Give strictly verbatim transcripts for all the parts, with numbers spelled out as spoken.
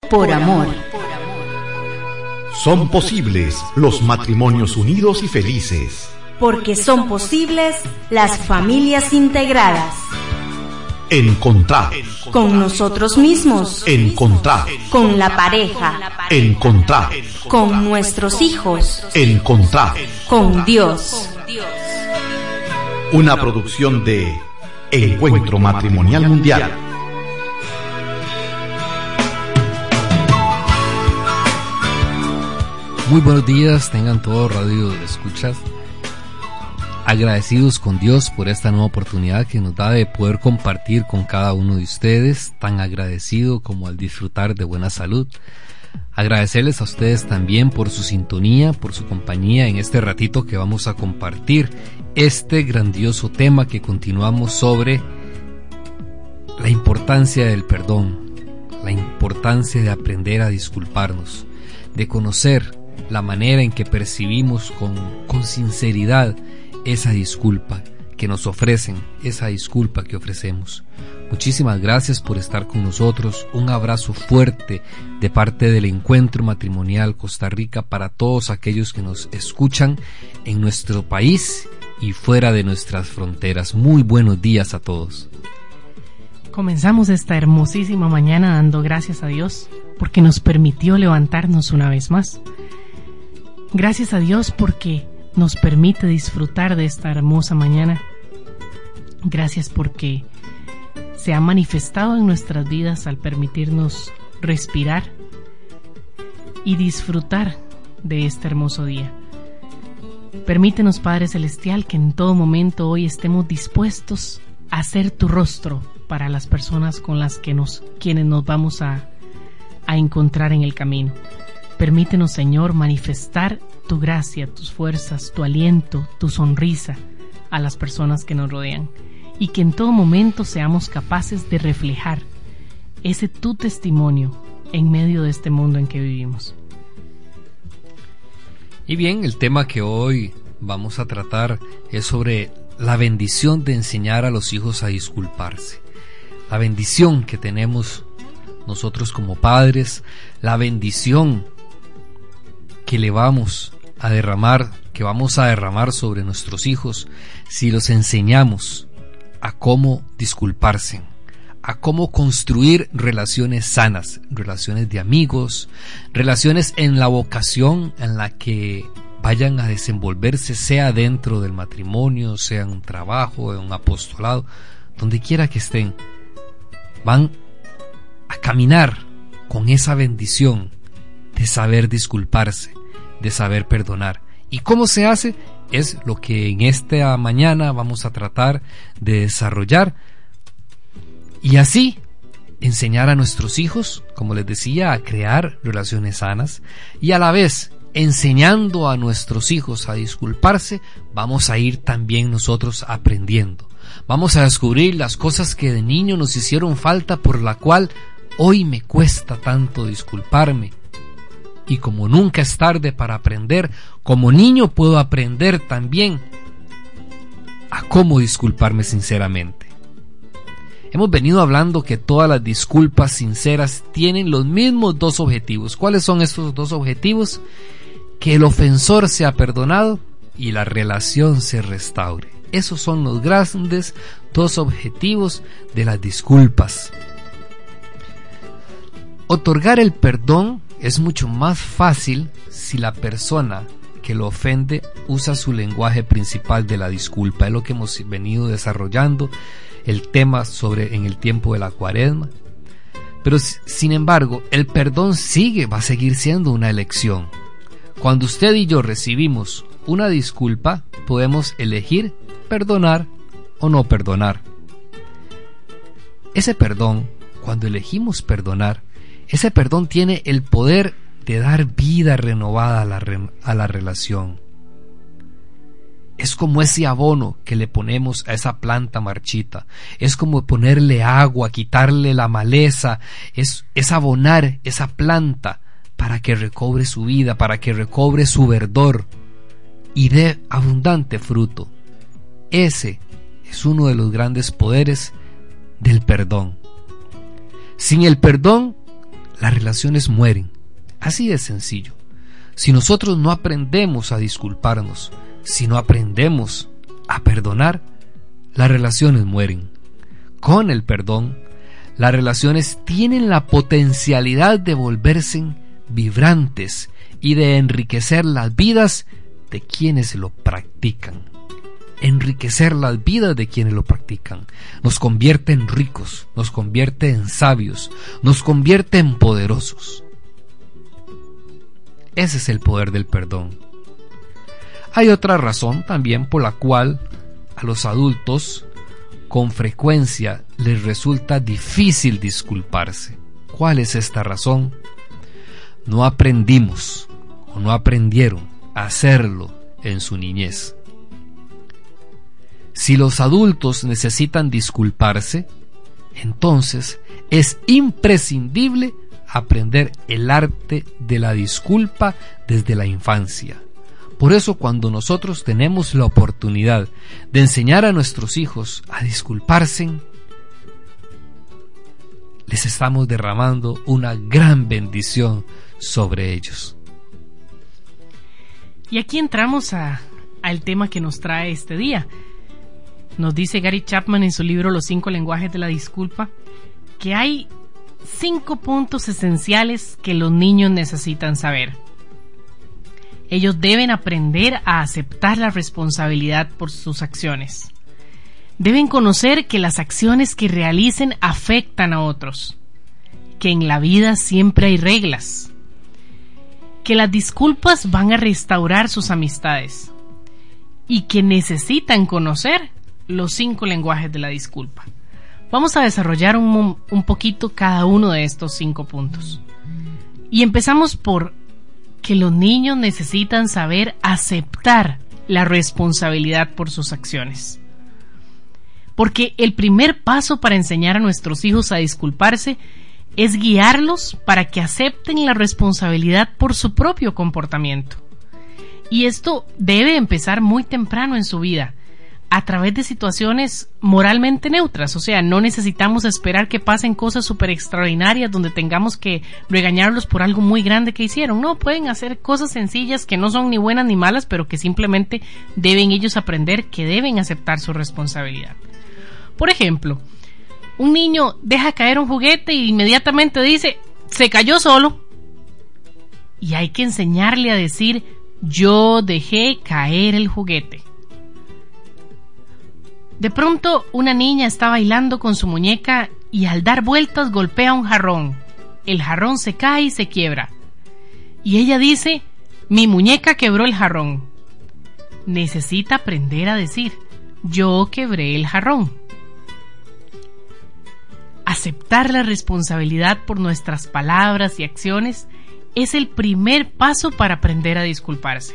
por amor. Son posibles los matrimonios unidos y felices. Porque son posibles las familias integradas. Encontrar. Con nosotros mismos. Encontrar. Con la pareja. Encontrar. Con nuestros hijos. Encontrar. Con Dios. Una producción de Encuentro Matrimonial Mundial. Muy buenos días, tengan todos radio escuchas. Agradecidos con Dios por esta nueva oportunidad que nos da de poder compartir con cada uno de ustedes, tan agradecido como al disfrutar de buena salud. Agradecerles a ustedes también por su sintonía, por su compañía en este ratito que vamos a compartir este grandioso tema que continuamos sobre la importancia del perdón, la importancia de aprender a disculparnos, de conocer la manera en que percibimos con, con sinceridad esa disculpa que nos ofrecen, esa disculpa que ofrecemos. Muchísimas gracias por estar con nosotros. Un abrazo fuerte de parte del Encuentro Matrimonial Costa Rica para todos aquellos que nos escuchan en nuestro país y fuera de nuestras fronteras. Muy buenos días a todos. Comenzamos esta hermosísima mañana dando gracias a Dios porque nos permitió levantarnos una vez más. Gracias a Dios porque nos permite disfrutar de esta hermosa mañana. Gracias porque se ha manifestado en nuestras vidas al permitirnos respirar y disfrutar de este hermoso día. Permítenos, Padre Celestial, que en todo momento hoy estemos dispuestos a hacer tu rostro para las personas con las que nos, quienes nos vamos a, a encontrar en el camino. Permítenos, Señor, manifestar tu gracia, tus fuerzas, tu aliento, tu sonrisa a las personas que nos rodean y que en todo momento seamos capaces de reflejar ese tu testimonio en medio de este mundo en que vivimos. Y bien, el tema que hoy vamos a tratar es sobre la bendición de enseñar a los hijos a disculparse. La bendición que tenemos nosotros como padres, la bendición que le vamos a derramar, que vamos a derramar sobre nuestros hijos si los enseñamos a cómo disculparse, a cómo construir relaciones sanas, relaciones de amigos, relaciones en la vocación en la que vayan a desenvolverse, sea dentro del matrimonio, sea en un trabajo, en un apostolado, donde quiera que estén, van a caminar con esa bendición de saber disculparse, de saber perdonar. ¿Y cómo se hace? Es lo que en esta mañana vamos a tratar de desarrollar y así enseñar a nuestros hijos, como les decía, a crear relaciones sanas y a la vez enseñando a nuestros hijos a disculparse, vamos a ir también nosotros aprendiendo. Vamos a descubrir las cosas que de niño nos hicieron falta por la cual hoy me cuesta tanto disculparme. Y como nunca es tarde para aprender, como niño puedo aprender también a cómo disculparme sinceramente. Hemos venido hablando que todas las disculpas sinceras tienen los mismos dos objetivos. ¿Cuáles son estos dos objetivos? Que el ofensor sea perdonado y la relación se restaure. Esos son los grandes dos objetivos de las disculpas. Otorgar el perdón es mucho más fácil si la persona que lo ofende usa su lenguaje principal de la disculpa. Es lo que hemos venido desarrollando el tema sobre en el tiempo de la Cuaresma. Pero sin embargo, el perdón sigue, va a seguir siendo una elección. Cuando usted y yo recibimos una disculpa, podemos elegir perdonar o no perdonar. Ese perdón, cuando elegimos perdonar, ese perdón tiene el poder de dar vida renovada a la, re, a la relación. Es como ese abono que le ponemos a esa planta marchita. Es como ponerle agua, quitarle la maleza. Es, es abonar esa planta para que recobre su vida, para que recobre su verdor y dé abundante fruto. Ese es uno de los grandes poderes del perdón. Sin el perdón, las relaciones mueren. Así de sencillo. Si nosotros no aprendemos a disculparnos, si no aprendemos a perdonar, las relaciones mueren. Con el perdón, las relaciones tienen la potencialidad de volverse vibrantes y de enriquecer las vidas de quienes lo practican. Enriquecer las vidas de quienes lo practican. Nos convierte en ricos, nos convierte en sabios, nos convierte en poderosos. Ese es el poder del perdón. Hay otra razón también por la cual a los adultos con frecuencia les resulta difícil disculparse. ¿Cuál es esta razón? No aprendimos o no aprendieron a hacerlo en su niñez. Si los adultos necesitan disculparse, entonces es imprescindible aprender el arte de la disculpa desde la infancia. Por eso, cuando nosotros tenemos la oportunidad de enseñar a nuestros hijos a disculparse, les estamos derramando una gran bendición sobre ellos. Y aquí entramos a, al tema que nos trae este día. Nos dice Gary Chapman en su libro Los cinco lenguajes de la disculpa que hay cinco puntos esenciales que los niños necesitan saber. Ellos deben aprender a aceptar la responsabilidad por sus acciones. Deben conocer que las acciones que realicen afectan a otros, que en la vida siempre hay reglas, que las disculpas van a restaurar sus amistades y que necesitan conocer los cinco lenguajes de la disculpa. Vamos a desarrollar un, un poquito cada uno de estos cinco puntos. Y empezamos por que los niños necesitan saber aceptar la responsabilidad por sus acciones. Porque el primer paso para enseñar a nuestros hijos a disculparse es guiarlos para que acepten la responsabilidad por su propio comportamiento. Y esto debe empezar muy temprano en su vida, a través de situaciones moralmente neutras. O sea, no necesitamos esperar que pasen cosas súper extraordinarias donde tengamos que regañarlos por algo muy grande que hicieron. No, pueden hacer cosas sencillas que no son ni buenas ni malas, pero que simplemente deben ellos aprender que deben aceptar su responsabilidad. Por ejemplo, un niño deja caer un juguete e inmediatamente dice, se cayó solo. Y hay que enseñarle a decir, yo dejé caer el juguete. De pronto, una niña está bailando con su muñeca y al dar vueltas golpea un jarrón. El jarrón se cae y se quiebra. Y ella dice, mi muñeca quebró el jarrón. Necesita aprender a decir, yo quebré el jarrón. Aceptar la responsabilidad por nuestras palabras y acciones es el primer paso para aprender a disculparse.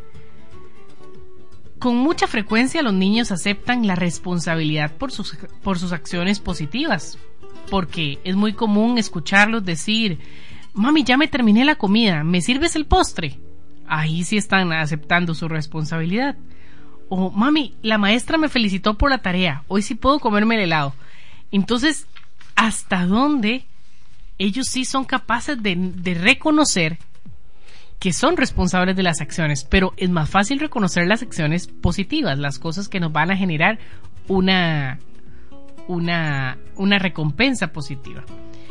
Con mucha frecuencia los niños aceptan la responsabilidad por sus, por sus acciones positivas, porque es muy común escucharlos decir, mami, ya me terminé la comida, ¿me sirves el postre? Ahí sí están aceptando su responsabilidad. O, mami, la maestra me felicitó por la tarea, hoy sí puedo comerme el helado. Entonces, ¿hasta dónde ellos sí son capaces de, de reconocer que son responsables de las acciones? Pero es más fácil reconocer las acciones positivas, las cosas que nos van a generar una, una, una recompensa positiva.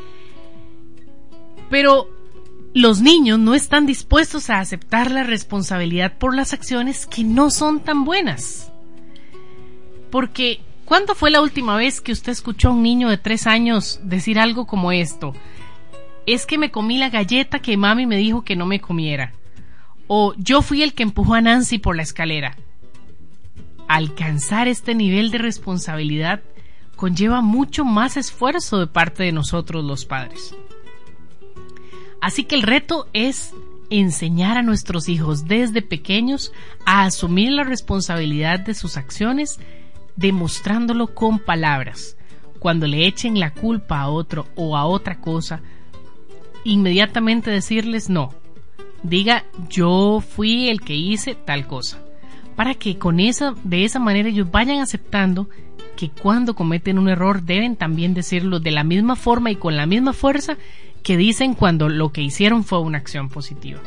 Pero los niños no están dispuestos a aceptar la responsabilidad por las acciones que no son tan buenas. Porque, ¿cuándo fue la última vez que usted escuchó a un niño de tres años decir algo como esto? Es que me comí la galleta que mami me dijo que no me comiera. O yo fui el que empujó a Nancy por la escalera. Alcanzar este nivel de responsabilidad conlleva mucho más esfuerzo de parte de nosotros los padres. Así que el reto es enseñar a nuestros hijos desde pequeños a asumir la responsabilidad de sus acciones, demostrándolo con palabras. Cuando le echen la culpa a otro o a otra cosa, inmediatamente decirles no. Diga, yo fui el que hice tal cosa. Para que con esa, de esa manera ellos vayan aceptando que cuando cometen un error deben también decirlo de la misma forma y con la misma fuerza que dicen cuando lo que hicieron fue una acción positiva.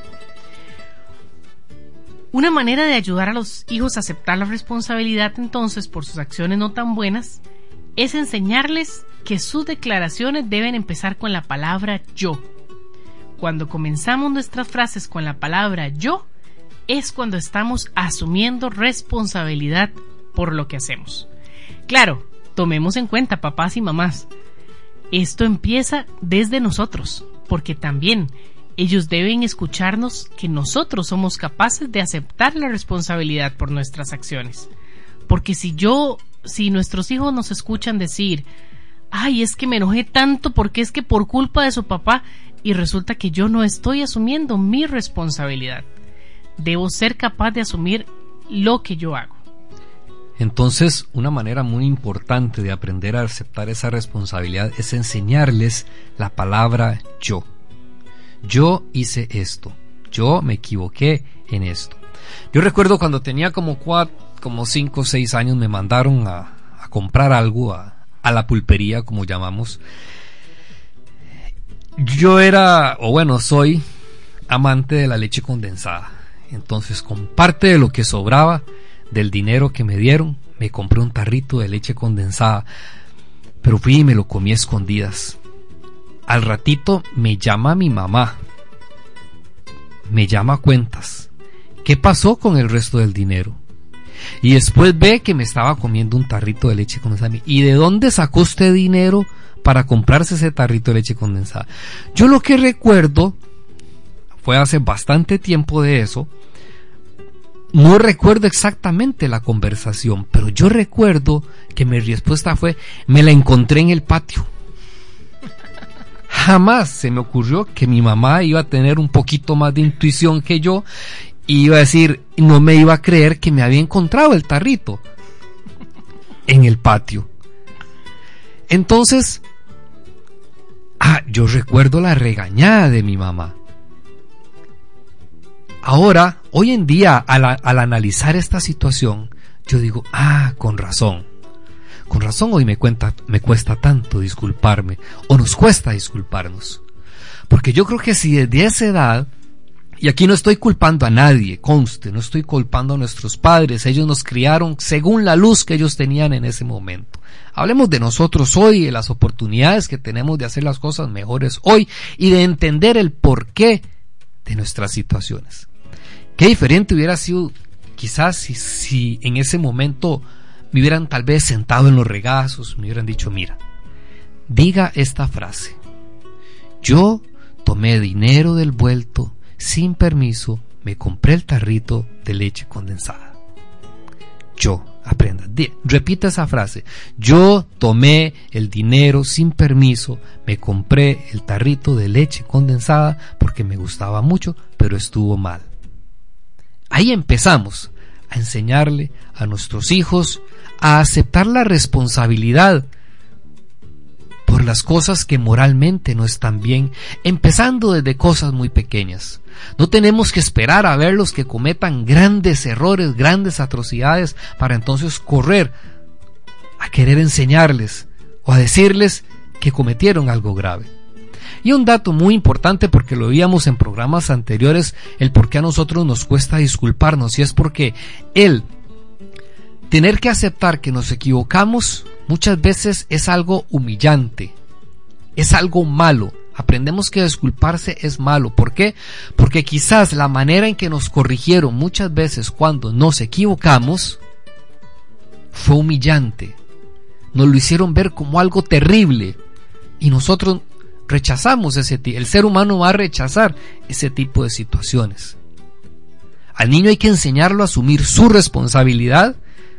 Una manera de ayudar a los hijos a aceptar la responsabilidad entonces por sus acciones no tan buenas es enseñarles que sus declaraciones deben empezar con la palabra yo. Cuando comenzamos nuestras frases con la palabra yo, es cuando estamos asumiendo responsabilidad por lo que hacemos. Claro, tomemos en cuenta, papás y mamás, esto empieza desde nosotros, porque también ellos deben escucharnos que nosotros somos capaces de aceptar la responsabilidad por nuestras acciones. Porque si yo, si nuestros hijos nos escuchan decir, ay, es que me enojé tanto porque es que por culpa de su papá, y resulta que yo no estoy asumiendo mi responsabilidad. Debo ser capaz de asumir lo que yo hago. Entonces, una manera muy importante de aprender a aceptar esa responsabilidad es enseñarles la palabra yo. Yo hice esto. Yo me equivoqué en esto. Yo recuerdo cuando tenía como cuatro, como cinco o seis años, me mandaron a, a comprar algo a, a la pulpería, como llamamos. Yo era, o bueno, soy amante de la leche condensada. Entonces, con parte de lo que sobraba del dinero que me dieron, me compré un tarrito de leche condensada, pero fui y me lo comí a escondidas. Al ratito me llama mi mamá, me llama a cuentas. ¿Qué pasó con el resto del dinero? Y después ve que me estaba comiendo un tarrito de leche condensada. ¿Y de dónde sacó usted dinero para comprarse ese tarrito de leche condensada? Yo lo que recuerdo, fue hace bastante tiempo de eso, no recuerdo exactamente la conversación, pero yo recuerdo que mi respuesta fue, me la encontré en el patio. Jamás se me ocurrió que mi mamá iba a tener un poquito más de intuición que yo y iba a decir, no me iba a creer que me había encontrado el tarrito en el patio. Entonces, ah, yo recuerdo la regañada de mi mamá. Ahora, hoy en día, al, al analizar esta situación, yo digo, ah, con razón. Con razón hoy me, cuenta, me cuesta tanto disculparme, o nos cuesta disculparnos. Porque yo creo que si desde esa edad, y aquí no estoy culpando a nadie, conste, no estoy culpando a nuestros padres, ellos nos criaron según la luz que ellos tenían en ese momento. Hablemos de nosotros hoy, de las oportunidades que tenemos de hacer las cosas mejores hoy, y de entender el porqué de nuestras situaciones. Qué diferente hubiera sido quizás si, si en ese momento me hubieran tal vez sentado en los regazos, me hubieran dicho, mira, diga esta frase: yo tomé dinero del vuelto, sin permiso, me compré el tarrito de leche condensada. Yo, aprenda, di, repita esa frase: yo tomé el dinero sin permiso, me compré el tarrito de leche condensada porque me gustaba mucho, pero estuvo mal. Ahí empezamos a enseñarle a nuestros hijos a aceptar la responsabilidad por las cosas que moralmente no están bien, empezando desde cosas muy pequeñas. No tenemos que esperar a verlos que cometan grandes errores, grandes atrocidades, para entonces correr a querer enseñarles o a decirles que cometieron algo grave. Y un dato muy importante, porque lo veíamos en programas anteriores, el por qué a nosotros nos cuesta disculparnos, y es porque el tener que aceptar que nos equivocamos muchas veces es algo humillante, es algo malo. Aprendemos que disculparse es malo. ¿Por qué? Porque quizás la manera en que nos corrigieron muchas veces cuando nos equivocamos fue humillante. Nos lo hicieron ver como algo terrible y nosotros rechazamos ese tipo. El ser humano va a rechazar ese tipo de situaciones. Al niño hay que enseñarlo a asumir su responsabilidad.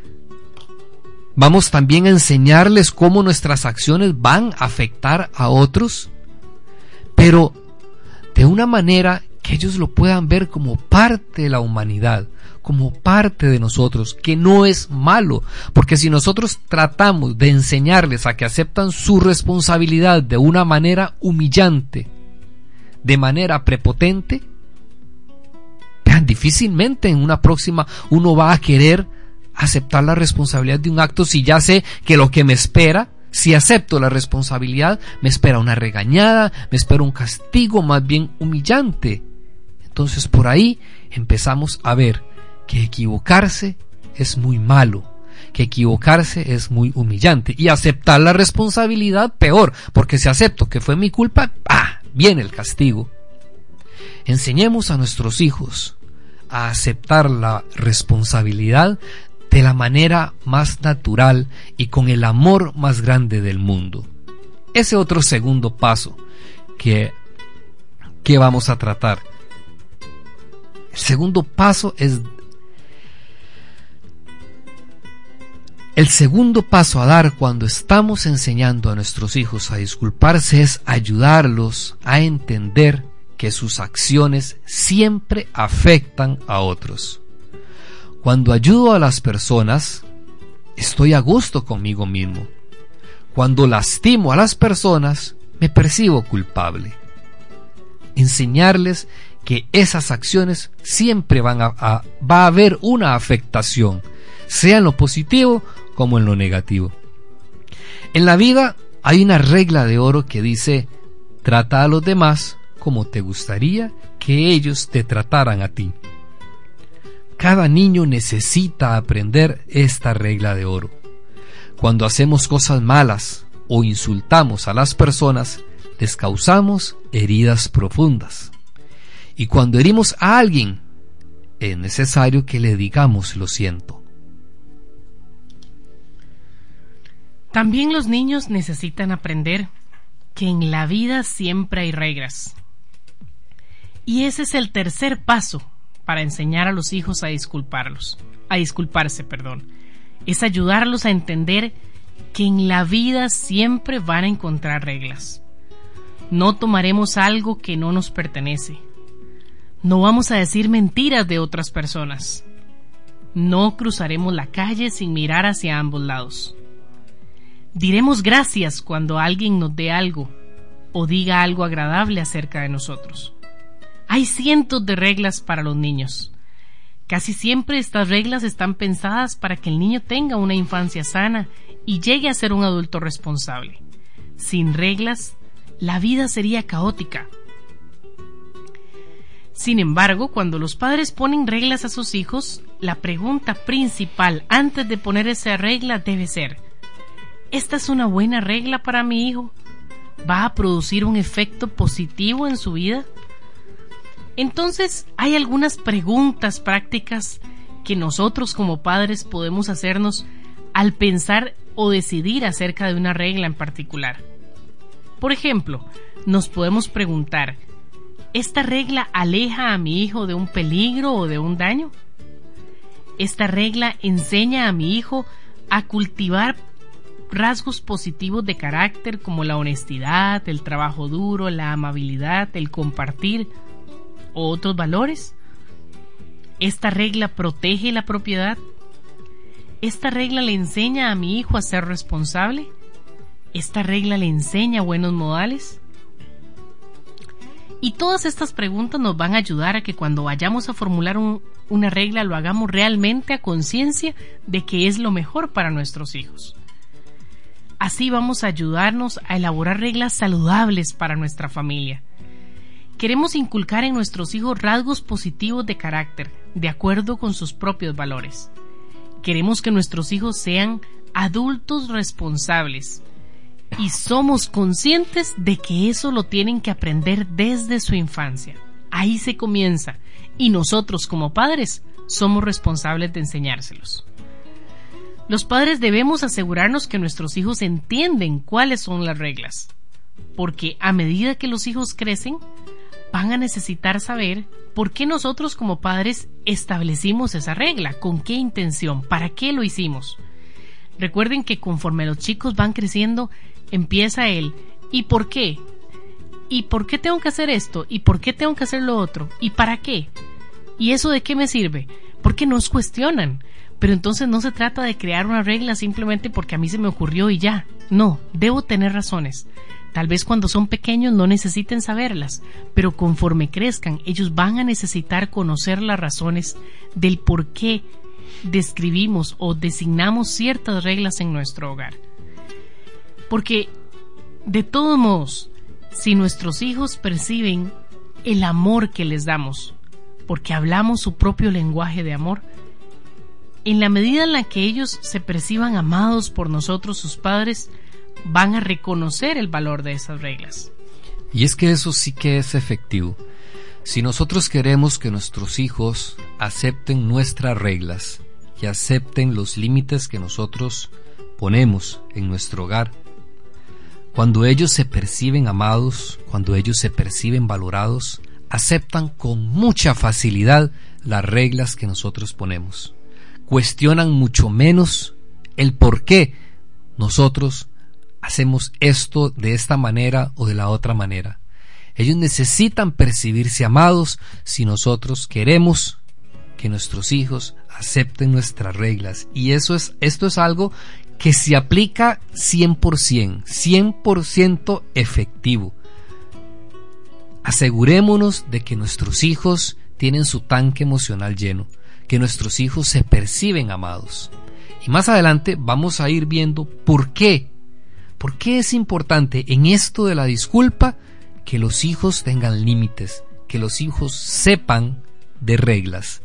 Vamos también a enseñarles cómo nuestras acciones van a afectar a otros, pero de una manera que ellos lo puedan ver como parte de la humanidad, como parte de nosotros, que no es malo, porque si nosotros tratamos de enseñarles a que aceptan su responsabilidad de una manera humillante, de manera prepotente, vean, difícilmente en una próxima uno va a querer aceptar la responsabilidad de un acto si ya sé que lo que me espera Si acepto la responsabilidad, me espera una regañada, me espera un castigo más bien humillante. Entonces por ahí empezamos a ver que equivocarse es muy malo, que equivocarse es muy humillante, y aceptar la responsabilidad peor, porque si acepto que fue mi culpa, ¡ah!, viene el castigo. Enseñemos a nuestros hijos a aceptar la responsabilidad de la manera más natural y con el amor más grande del mundo. Ese otro segundo paso que, que vamos a tratar. El segundo paso es el segundo paso a dar cuando estamos enseñando a nuestros hijos a disculparse es ayudarlos a entender que sus acciones siempre afectan a otros. Cuando ayudo a las personas, estoy a gusto conmigo mismo. Cuando lastimo a las personas, me percibo culpable. Enseñarles que esas acciones siempre van a, a va a haber una afectación, sea en lo positivo como en lo negativo. En la vida hay una regla de oro que dice: trata a los demás como te gustaría que ellos te trataran a ti. Cada niño necesita aprender esta regla de oro. Cuando hacemos cosas malas o insultamos a las personas, les causamos heridas profundas. Y cuando herimos a alguien, es necesario que le digamos lo siento. También los niños necesitan aprender que en la vida siempre hay reglas. Y ese es el tercer paso para enseñar a los hijos a disculparlos, a disculparse, perdón. Es ayudarlos a entender que en la vida siempre van a encontrar reglas. No tomaremos algo que no nos pertenece. No vamos a decir mentiras de otras personas. No cruzaremos la calle sin mirar hacia ambos lados. Diremos gracias cuando alguien nos dé algo o diga algo agradable acerca de nosotros. Hay cientos de reglas para los niños. Casi siempre estas reglas están pensadas para que el niño tenga una infancia sana y llegue a ser un adulto responsable. Sin reglas, la vida sería caótica. Sin embargo, cuando los padres ponen reglas a sus hijos, la pregunta principal antes de poner esa regla debe ser: ¿esta es una buena regla para mi hijo? ¿Va a producir un efecto positivo en su vida? Entonces, hay algunas preguntas prácticas que nosotros como padres podemos hacernos al pensar o decidir acerca de una regla en particular. Por ejemplo, nos podemos preguntar: ¿esta regla aleja a mi hijo de un peligro o de un daño? ¿Esta regla enseña a mi hijo a cultivar rasgos positivos de carácter como la honestidad, el trabajo duro, la amabilidad, el compartir o otros valores? ¿Esta regla protege la propiedad? ¿Esta regla le enseña a mi hijo a ser responsable? ¿Esta regla le enseña buenos modales? Y todas estas preguntas nos van a ayudar a que cuando vayamos a formular un, una regla lo hagamos realmente a conciencia de que es lo mejor para nuestros hijos. Así vamos a ayudarnos a elaborar reglas saludables para nuestra familia. Queremos inculcar en nuestros hijos rasgos positivos de carácter, de acuerdo con sus propios valores. Queremos que nuestros hijos sean adultos responsables y somos conscientes de que eso lo tienen que aprender desde su infancia. Ahí se comienza y nosotros como padres somos responsables de enseñárselos. Los padres debemos asegurarnos que nuestros hijos entienden cuáles son las reglas, porque a medida que los hijos crecen, van a necesitar saber por qué nosotros como padres establecimos esa regla, con qué intención, para qué lo hicimos. Recuerden que conforme los chicos van creciendo, empieza el ¿y por qué? ¿Y por qué tengo que hacer esto? ¿Y por qué tengo que hacer lo otro? ¿Y para qué? ¿Y eso de qué me sirve? Porque nos cuestionan. Pero entonces no se trata de crear una regla simplemente porque a mí se me ocurrió y ya. No, debo tener razones. Tal vez cuando son pequeños no necesiten saberlas, pero conforme crezcan, ellos van a necesitar conocer las razones del por qué describimos o designamos ciertas reglas en nuestro hogar. Porque, de todos modos, si nuestros hijos perciben el amor que les damos, porque hablamos su propio lenguaje de amor, en la medida en la que ellos se perciban amados por nosotros, sus padres, van a reconocer el valor de esas reglas. Y es que eso sí que es efectivo. Si nosotros queremos que nuestros hijos acepten nuestras reglas y acepten los límites que nosotros ponemos en nuestro hogar, cuando ellos se perciben amados, cuando ellos se perciben valorados, aceptan con mucha facilidad las reglas que nosotros ponemos. Cuestionan mucho menos el por qué nosotros hacemos esto de esta manera o de la otra manera. Ellos necesitan percibirse amados si nosotros queremos que nuestros hijos acepten nuestras reglas. Y eso es, esto es algo que se aplica cien por ciento, cien por ciento efectivo. Asegurémonos de que nuestros hijos tienen su tanque emocional lleno, que nuestros hijos se perciben amados. Y más adelante vamos a ir viendo por qué, por qué es importante en esto de la disculpa que los hijos tengan límites, que los hijos sepan de reglas.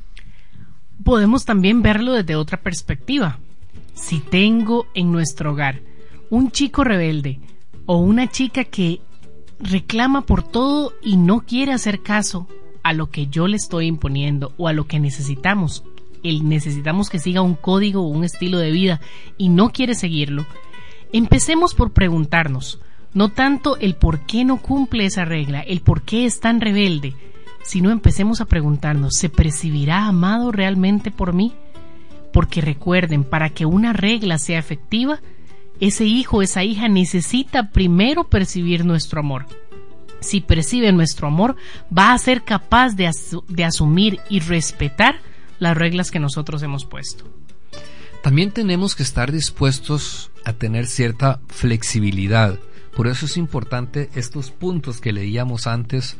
Podemos también verlo desde otra perspectiva. Si tengo en nuestro hogar un chico rebelde o una chica que reclama por todo y no quiere hacer caso a lo que yo le estoy imponiendo o a lo que necesitamos, el necesitamos que siga un código o un estilo de vida y no quiere seguirlo, empecemos por preguntarnos, no tanto el por qué no cumple esa regla, el por qué es tan rebelde, sino empecemos a preguntarnos, ¿se percibirá amado realmente por mí? Porque recuerden, para que una regla sea efectiva, ese hijo, esa hija necesita primero percibir nuestro amor. Si percibe nuestro amor, va a ser capaz de, asu- de asumir y respetar las reglas que nosotros hemos puesto. También tenemos que estar dispuestos a tener cierta flexibilidad. Por eso es importante estos puntos que leíamos antes.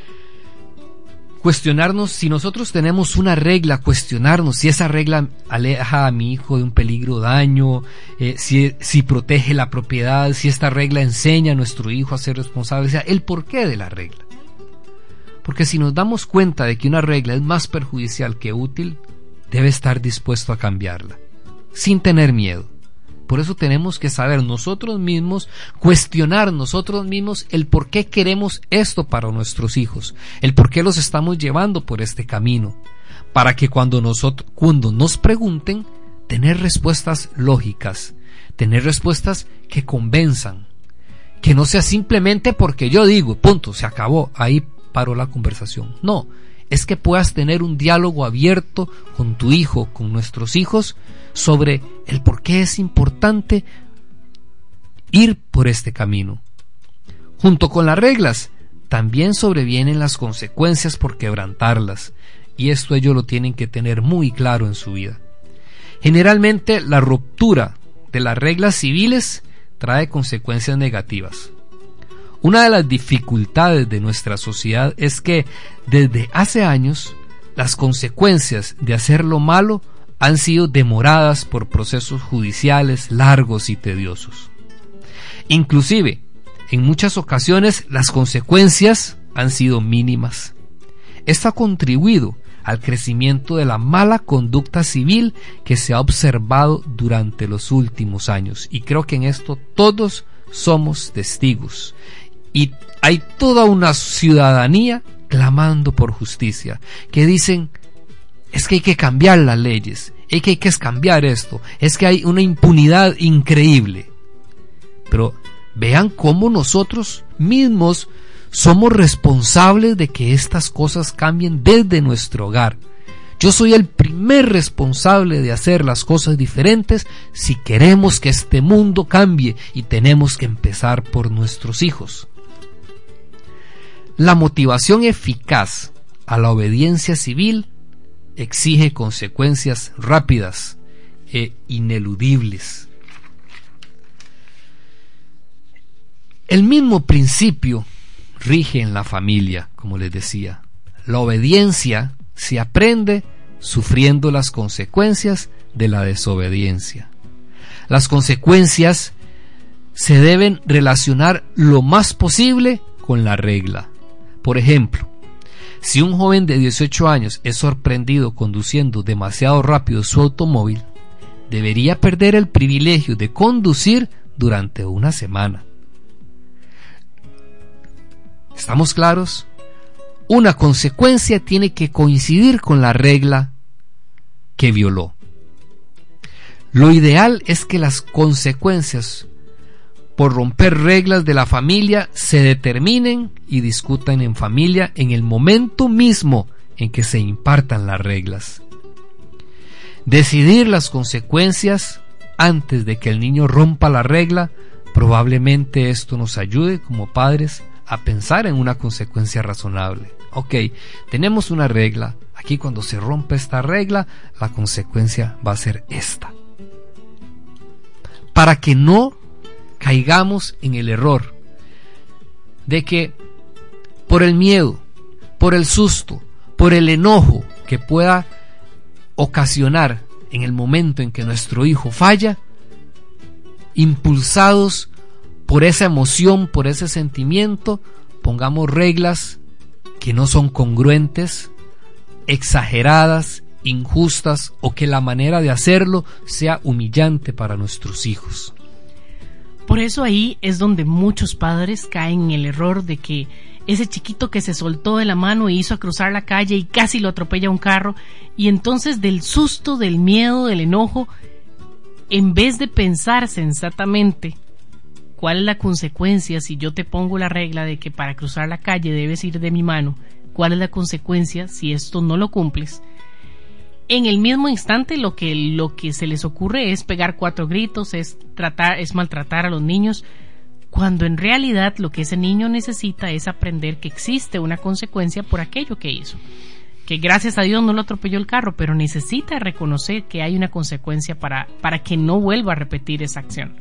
Cuestionarnos si nosotros tenemos una regla, cuestionarnos si esa regla aleja a mi hijo de un peligro o daño, eh, si, si protege la propiedad, si esta regla enseña a nuestro hijo a ser responsable, o sea, el porqué de la regla. Porque si nos damos cuenta de que una regla es más perjudicial que útil, debe estar dispuesto a cambiarla, sin tener miedo. Por eso tenemos que saber nosotros mismos, cuestionar nosotros mismos el por qué queremos esto para nuestros hijos, el por qué los estamos llevando por este camino, para que cuando, nosotros, cuando nos pregunten, tener respuestas lógicas, tener respuestas que convenzan, que no sea simplemente porque yo digo, punto, se acabó, ahí paró la conversación. No, es que puedas tener un diálogo abierto con tu hijo, con nuestros hijos, sobre el por qué es importante ir por este camino. Junto con las reglas, también sobrevienen las consecuencias por quebrantarlas, y esto ellos lo tienen que tener muy claro en su vida. Generalmente, la ruptura de las reglas civiles trae consecuencias negativas. Una de las dificultades de nuestra sociedad es que desde hace años las consecuencias de hacer lo malo han sido demoradas por procesos judiciales largos y tediosos. Inclusive, en muchas ocasiones las consecuencias han sido mínimas. Esto ha contribuido al crecimiento de la mala conducta civil que se ha observado durante los últimos años, y creo que en esto todos somos testigos. Y hay toda una ciudadanía clamando por justicia, que dicen, es que hay que cambiar las leyes, es que hay que cambiar esto, es que hay una impunidad increíble. Pero vean cómo nosotros mismos somos responsables de que estas cosas cambien desde nuestro hogar. Yo soy el primer responsable de hacer las cosas diferentes si queremos que este mundo cambie, y tenemos que empezar por nuestros hijos. La motivación eficaz a la obediencia civil exige consecuencias rápidas e ineludibles. El mismo principio rige en la familia, como les decía. La obediencia se aprende sufriendo las consecuencias de la desobediencia. Las consecuencias se deben relacionar lo más posible con la regla. Por ejemplo, si un joven de dieciocho años es sorprendido conduciendo demasiado rápido su automóvil, debería perder el privilegio de conducir durante una semana. ¿Estamos claros? Una consecuencia tiene que coincidir con la regla que violó. Lo ideal es que las consecuencias por romper reglas de la familia se determinen y discutan en familia en el momento mismo en que se impartan las reglas. Decidir las consecuencias antes de que el niño rompa la regla, probablemente esto nos ayude como padres a pensar en una consecuencia razonable. Ok, tenemos una regla, aquí cuando se rompe esta regla, la consecuencia va a ser esta. Para que no caigamos en el error de que por el miedo, por el susto, por el enojo que pueda ocasionar en el momento en que nuestro hijo falla, impulsados por esa emoción, por ese sentimiento, pongamos reglas que no son congruentes, exageradas, injustas, o que la manera de hacerlo sea humillante para nuestros hijos. Por eso ahí es donde muchos padres caen en el error de que ese chiquito que se soltó de la mano e hizo a cruzar la calle y casi lo atropella un carro, y entonces del susto, del miedo, del enojo, en vez de pensar sensatamente cuál es la consecuencia si yo te pongo la regla de que para cruzar la calle debes ir de mi mano, cuál es la consecuencia si esto no lo cumples, en el mismo instante lo que, lo que se les ocurre es pegar cuatro gritos, es tratar, es maltratar a los niños, cuando en realidad lo que ese niño necesita es aprender que existe una consecuencia por aquello que hizo. Que gracias a Dios no lo atropelló el carro, pero necesita reconocer que hay una consecuencia para, para que no vuelva a repetir esa acción.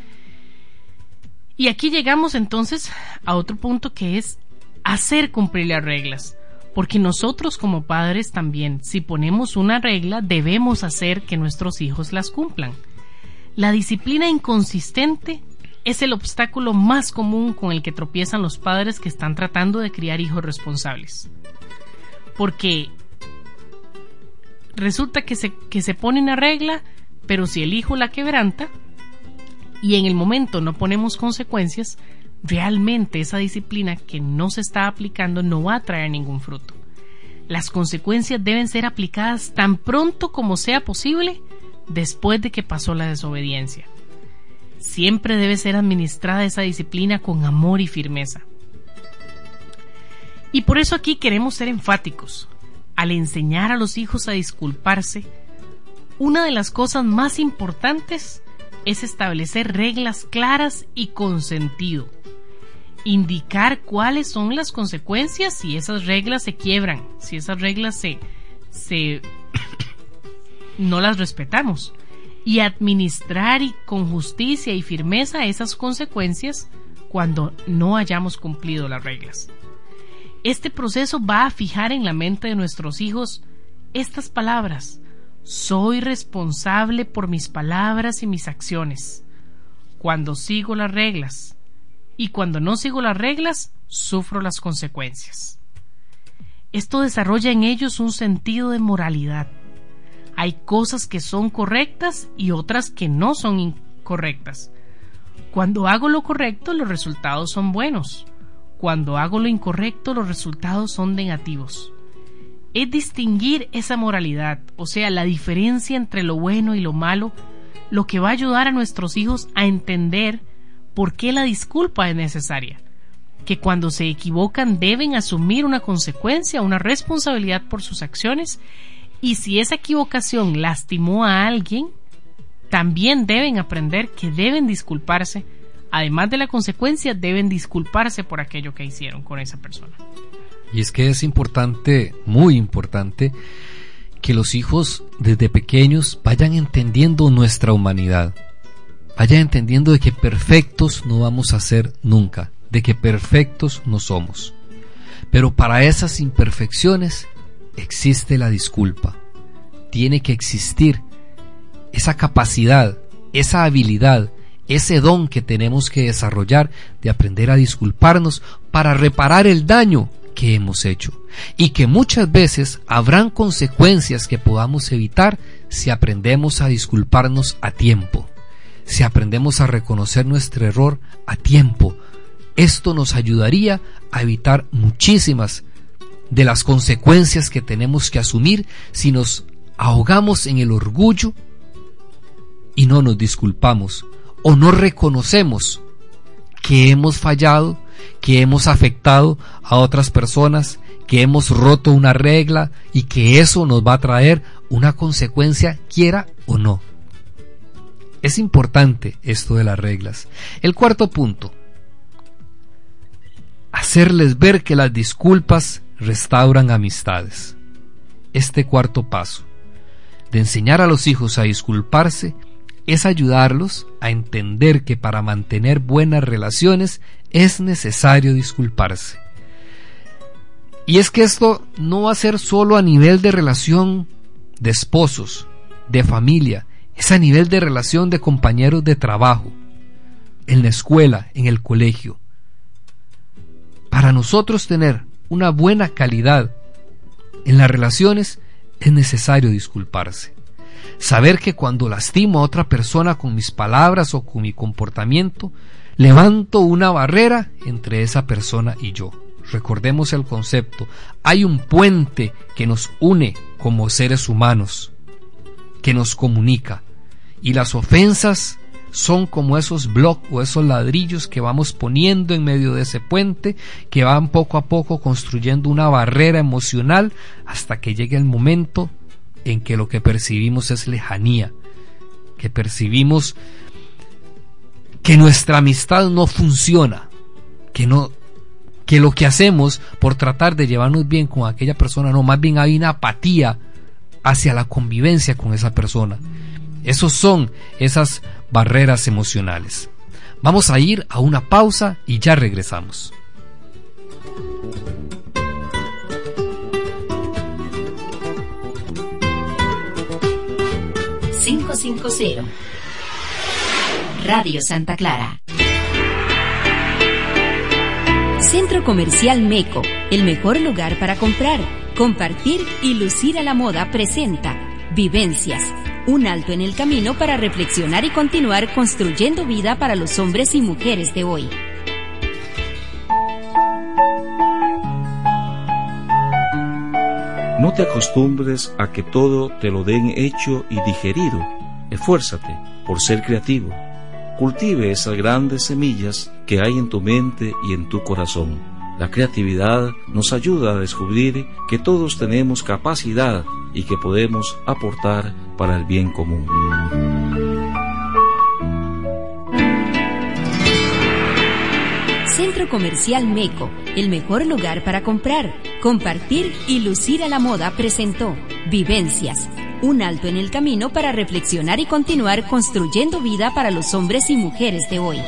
Y aquí llegamos entonces a otro punto, que es hacer cumplir las reglas. Porque nosotros como padres también, si ponemos una regla, debemos hacer que nuestros hijos las cumplan. La disciplina inconsistente es el obstáculo más común con el que tropiezan los padres que están tratando de criar hijos responsables. Porque resulta que se, que se pone una regla, pero si el hijo la quebranta y en el momento no ponemos consecuencias, realmente esa disciplina que no se está aplicando no va a traer ningún fruto. Las consecuencias deben ser aplicadas tan pronto como sea posible después de que pasó la desobediencia. Siempre debe ser administrada esa disciplina con amor y firmeza. Y por eso aquí queremos ser enfáticos. Al enseñar a los hijos a disculparse, una de las cosas más importantes es establecer reglas claras y con sentido. Indicar cuáles son las consecuencias si esas reglas se quiebran, si esas reglas se, se no las respetamos, y administrar y con justicia y firmeza esas consecuencias cuando no hayamos cumplido las reglas. Este proceso va a fijar en la mente de nuestros hijos estas palabras: soy responsable por mis palabras y mis acciones. Cuando sigo las reglas y cuando no sigo las reglas, sufro las consecuencias. Esto desarrolla en ellos un sentido de moralidad. Hay cosas que son correctas y otras que no son incorrectas. Cuando hago lo correcto, los resultados son buenos. Cuando hago lo incorrecto, los resultados son negativos. Es distinguir esa moralidad, o sea, la diferencia entre lo bueno y lo malo, lo que va a ayudar a nuestros hijos a entender por qué la disculpa es necesaria. Que cuando se equivocan deben asumir una consecuencia, una responsabilidad por sus acciones, y si esa equivocación lastimó a alguien, también deben aprender que deben disculparse. Además de la consecuencia, deben disculparse por aquello que hicieron con esa persona. Y es que es importante, muy importante, que los hijos desde pequeños vayan entendiendo nuestra humanidad. Vayan entendiendo de que perfectos no vamos a ser nunca, de que perfectos no somos. Pero para esas imperfecciones existe la disculpa. Tiene que existir esa capacidad, esa habilidad ese don que tenemos que desarrollar de aprender a disculparnos para reparar el daño que hemos hecho, y que muchas veces habrán consecuencias que podamos evitar si aprendemos a disculparnos a tiempo, si aprendemos a reconocer nuestro error a tiempo. Esto nos ayudaría a evitar muchísimas de las consecuencias que tenemos que asumir si nos ahogamos en el orgullo y no nos disculpamos o no reconocemos que hemos fallado, que hemos afectado a otras personas, que hemos roto una regla y que eso nos va a traer una consecuencia, quiera o no. Es importante esto de las reglas. El cuarto punto: hacerles ver que las disculpas restauran amistades. Este cuarto paso de enseñar a los hijos a disculparse es ayudarlos a entender que para mantener buenas relaciones es necesario disculparse. Y es que esto no va a ser solo a nivel de relación de esposos, de familia, es a nivel de relación de compañeros de trabajo, en la escuela, en el colegio. Para nosotros tener una buena calidad en las relaciones es necesario disculparse. Saber que cuando lastimo a otra persona con mis palabras o con mi comportamiento, levanto una barrera entre esa persona y yo. Recordemos el concepto: hay un puente que nos une como seres humanos, que nos comunica, y las ofensas son como esos bloques o esos ladrillos que vamos poniendo en medio de ese puente, que van poco a poco construyendo una barrera emocional hasta que llegue el momento en que lo que percibimos es lejanía, que percibimos que nuestra amistad no funciona, que no, que lo que hacemos por tratar de llevarnos bien con aquella persona, no, más bien hay una apatía hacia la convivencia con esa persona. Esos son esas barreras emocionales. Vamos a ir a una pausa y ya regresamos. cinco cinco cero Radio Santa Clara. Centro Comercial Meco, el mejor lugar para comprar, compartir y lucir a la moda, presenta Vivencias, un alto en el camino para reflexionar y continuar construyendo vida para los hombres y mujeres de hoy. No te acostumbres a que todo te lo den hecho y digerido. Esfuérzate por ser creativo. Cultive esas grandes semillas que hay en tu mente y en tu corazón. La creatividad nos ayuda a descubrir que todos tenemos capacidad y que podemos aportar para el bien común. Centro Comercial Meco, el mejor lugar para comprar, compartir y lucir a la moda, presentó Vivencias, un alto en el camino para reflexionar y continuar construyendo vida para los hombres y mujeres de hoy.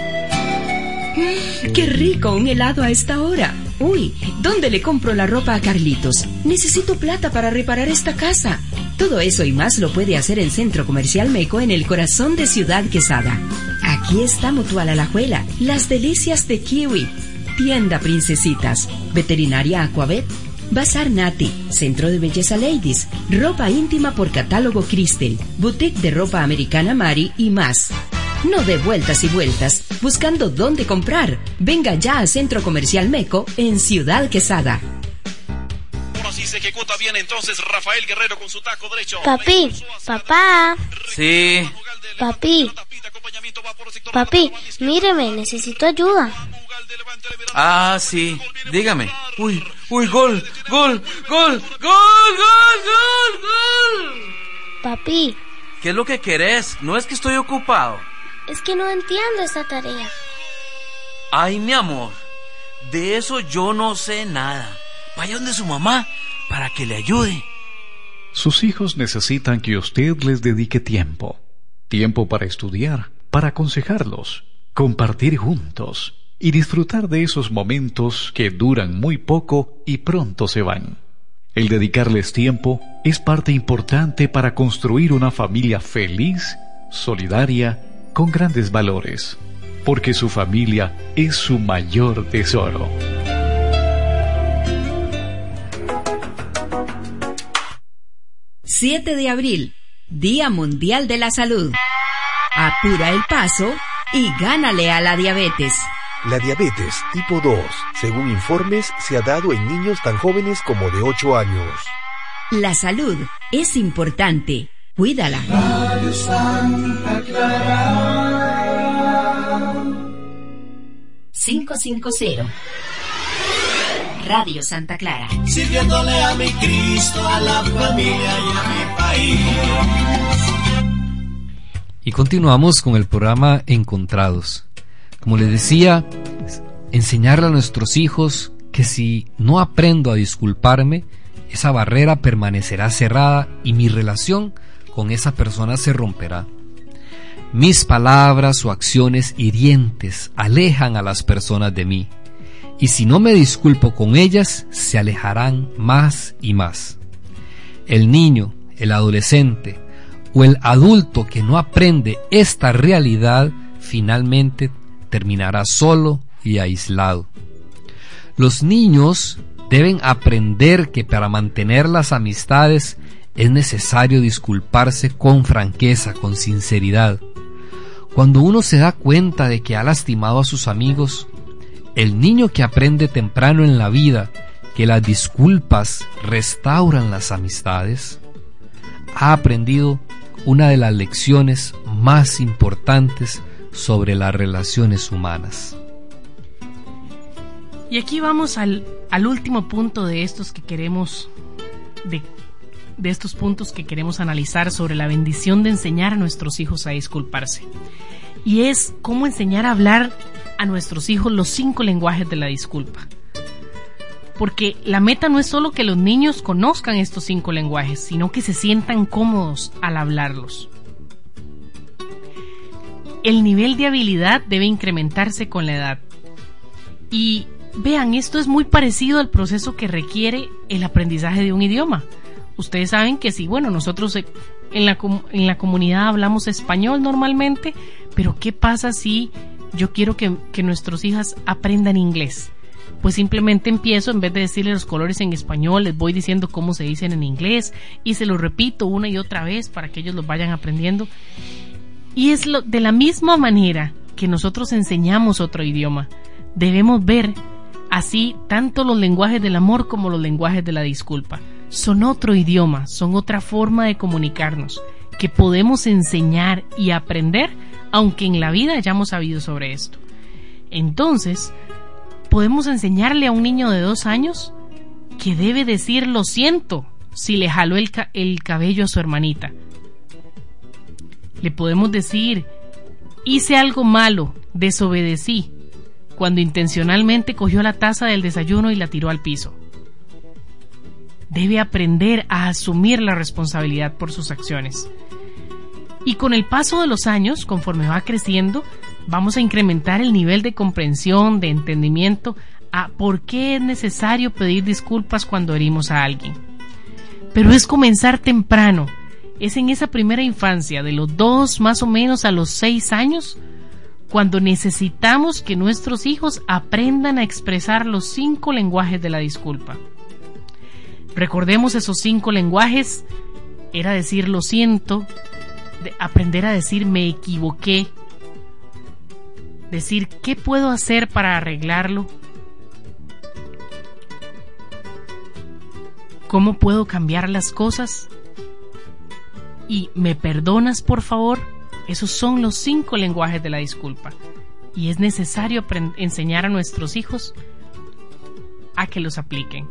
¡Qué rico un helado a esta hora! Uy, ¿dónde le compro la ropa a Carlitos? Necesito plata para reparar esta casa. Todo eso y más lo puede hacer en Centro Comercial Meco, en el corazón de Ciudad Quesada. Aquí está Mutual Alajuela, las delicias de Kiwi, Tienda Princesitas, Veterinaria Aquavet, Bazar Nati, Centro de Belleza Ladies, ropa íntima por catálogo Crystal, boutique de ropa americana Mari y más. No de vueltas y vueltas, buscando dónde comprar. Venga ya a Centro Comercial Meco en Ciudad Quesada. Ahora sí se ejecuta bien entonces Rafael Guerrero con su taco derecho. Papi, papá. Sí. Papi. Papi, míreme, necesito ayuda. Ah, sí, dígame. Uy, uy, gol, gol, gol, gol, gol, gol, gol. Papi. ¿Qué es lo que querés? No es que estoy ocupado. Es que no entiendo esta tarea. Ay, mi amor, de eso yo no sé nada. Vaya donde su mamá para que le ayude. Sus hijos necesitan que usted les dedique tiempo. Tiempo para estudiar, para aconsejarlos, compartir juntos y disfrutar de esos momentos que duran muy poco y pronto se van. El dedicarles tiempo es parte importante para construir una familia feliz, solidaria con grandes valores, porque su familia es su mayor tesoro. siete de abril, Día Mundial de la Salud. Apura el paso y gánale a la diabetes. La diabetes tipo dos, según informes, se ha dado en niños tan jóvenes como de ocho años. La salud es importante. Cuídala. Radio Santa Clara. quinientos cincuenta. Radio Santa Clara. Sirviéndole a mi Cristo, a la familia y a mi país. Y continuamos con el programa Encontrados. Como les decía, enseñarle a nuestros hijos que si no aprendo a disculparme, esa barrera permanecerá cerrada y mi relación con esa persona se romperá. Mis palabras o acciones hirientes alejan a las personas de mí, y si no me disculpo con ellas, se alejarán más y más. El niño, el adolescente o el adulto que no aprende esta realidad, finalmente terminará solo y aislado. Los niños deben aprender que para mantener las amistades es necesario disculparse con franqueza, con sinceridad. Cuando uno se da cuenta de que ha lastimado a sus amigos, el niño que aprende temprano en la vida que las disculpas restauran las amistades, ha aprendido una de las lecciones más importantes sobre las relaciones humanas. Y aquí vamos al, al último punto de estos que queremos de, de estos puntos que queremos analizar sobre la bendición de enseñar a nuestros hijos a disculparse. Y es cómo enseñar a hablar a nuestros hijos los cinco lenguajes de la disculpa. Porque la meta no es solo que los niños conozcan estos cinco lenguajes, sino que se sientan cómodos al hablarlos. El nivel de habilidad debe incrementarse con la edad. Y vean, esto es muy parecido al proceso que requiere el aprendizaje de un idioma. Ustedes saben que sí, bueno, nosotros en la, en la comunidad hablamos español normalmente, pero ¿qué pasa si yo quiero que, que nuestros hijos aprendan inglés? Pues simplemente empiezo, en vez de decirle los colores en español, les voy diciendo cómo se dicen en inglés y se los repito una y otra vez para que ellos los vayan aprendiendo. Y es lo, de la misma manera que nosotros enseñamos otro idioma, debemos ver así tanto los lenguajes del amor como los lenguajes de la disculpa. Son otro idioma, son otra forma de comunicarnos que podemos enseñar y aprender, aunque en la vida hayamos sabido sobre esto. Entonces, podemos enseñarle a un niño de dos años que debe decir lo siento si le jaló el, ca- el cabello a su hermanita. Le podemos decir hice algo malo, desobedecí, cuando intencionalmente cogió la taza del desayuno y la tiró al piso. Debe aprender a asumir la responsabilidad por sus acciones. Y con el paso de los años, conforme va creciendo, vamos a incrementar el nivel de comprensión, de entendimiento a por qué es necesario pedir disculpas cuando herimos a alguien. Pero es comenzar temprano, es en esa primera infancia, de los dos más o menos a los seis años, cuando necesitamos que nuestros hijos aprendan a expresar los cinco lenguajes de la disculpa. Recordemos esos cinco lenguajes, era decir lo siento, de aprender a decir me equivoqué, decir qué puedo hacer para arreglarlo, cómo puedo cambiar las cosas y me perdonas por favor. Esos son los cinco lenguajes de la disculpa y es necesario aprend- enseñar a nuestros hijos a que los apliquen.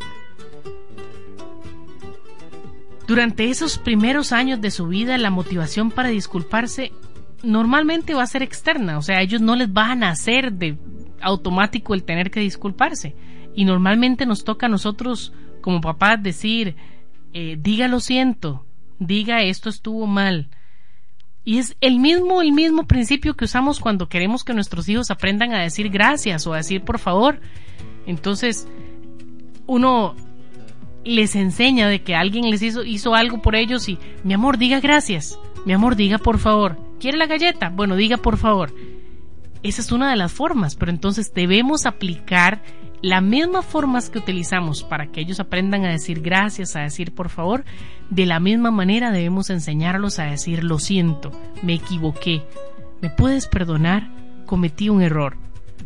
Durante esos primeros años de su vida, la motivación para disculparse normalmente va a ser externa, o sea, a ellos no les va a nacer de automático el tener que disculparse, y normalmente nos toca a nosotros como papás decir, eh, diga lo siento, diga esto estuvo mal, y es el mismo, el mismo principio que usamos cuando queremos que nuestros hijos aprendan a decir gracias o a decir por favor. Entonces, uno les enseña de que alguien les hizo, hizo algo por ellos y, mi amor, diga gracias, mi amor, diga por favor, ¿quiere la galleta? Bueno, diga por favor. Esa es una de las formas, pero entonces debemos aplicar las mismas formas que utilizamos para que ellos aprendan a decir gracias, a decir por favor. De la misma manera debemos enseñarlos a decir lo siento, me equivoqué, ¿me puedes perdonar? Cometí un error.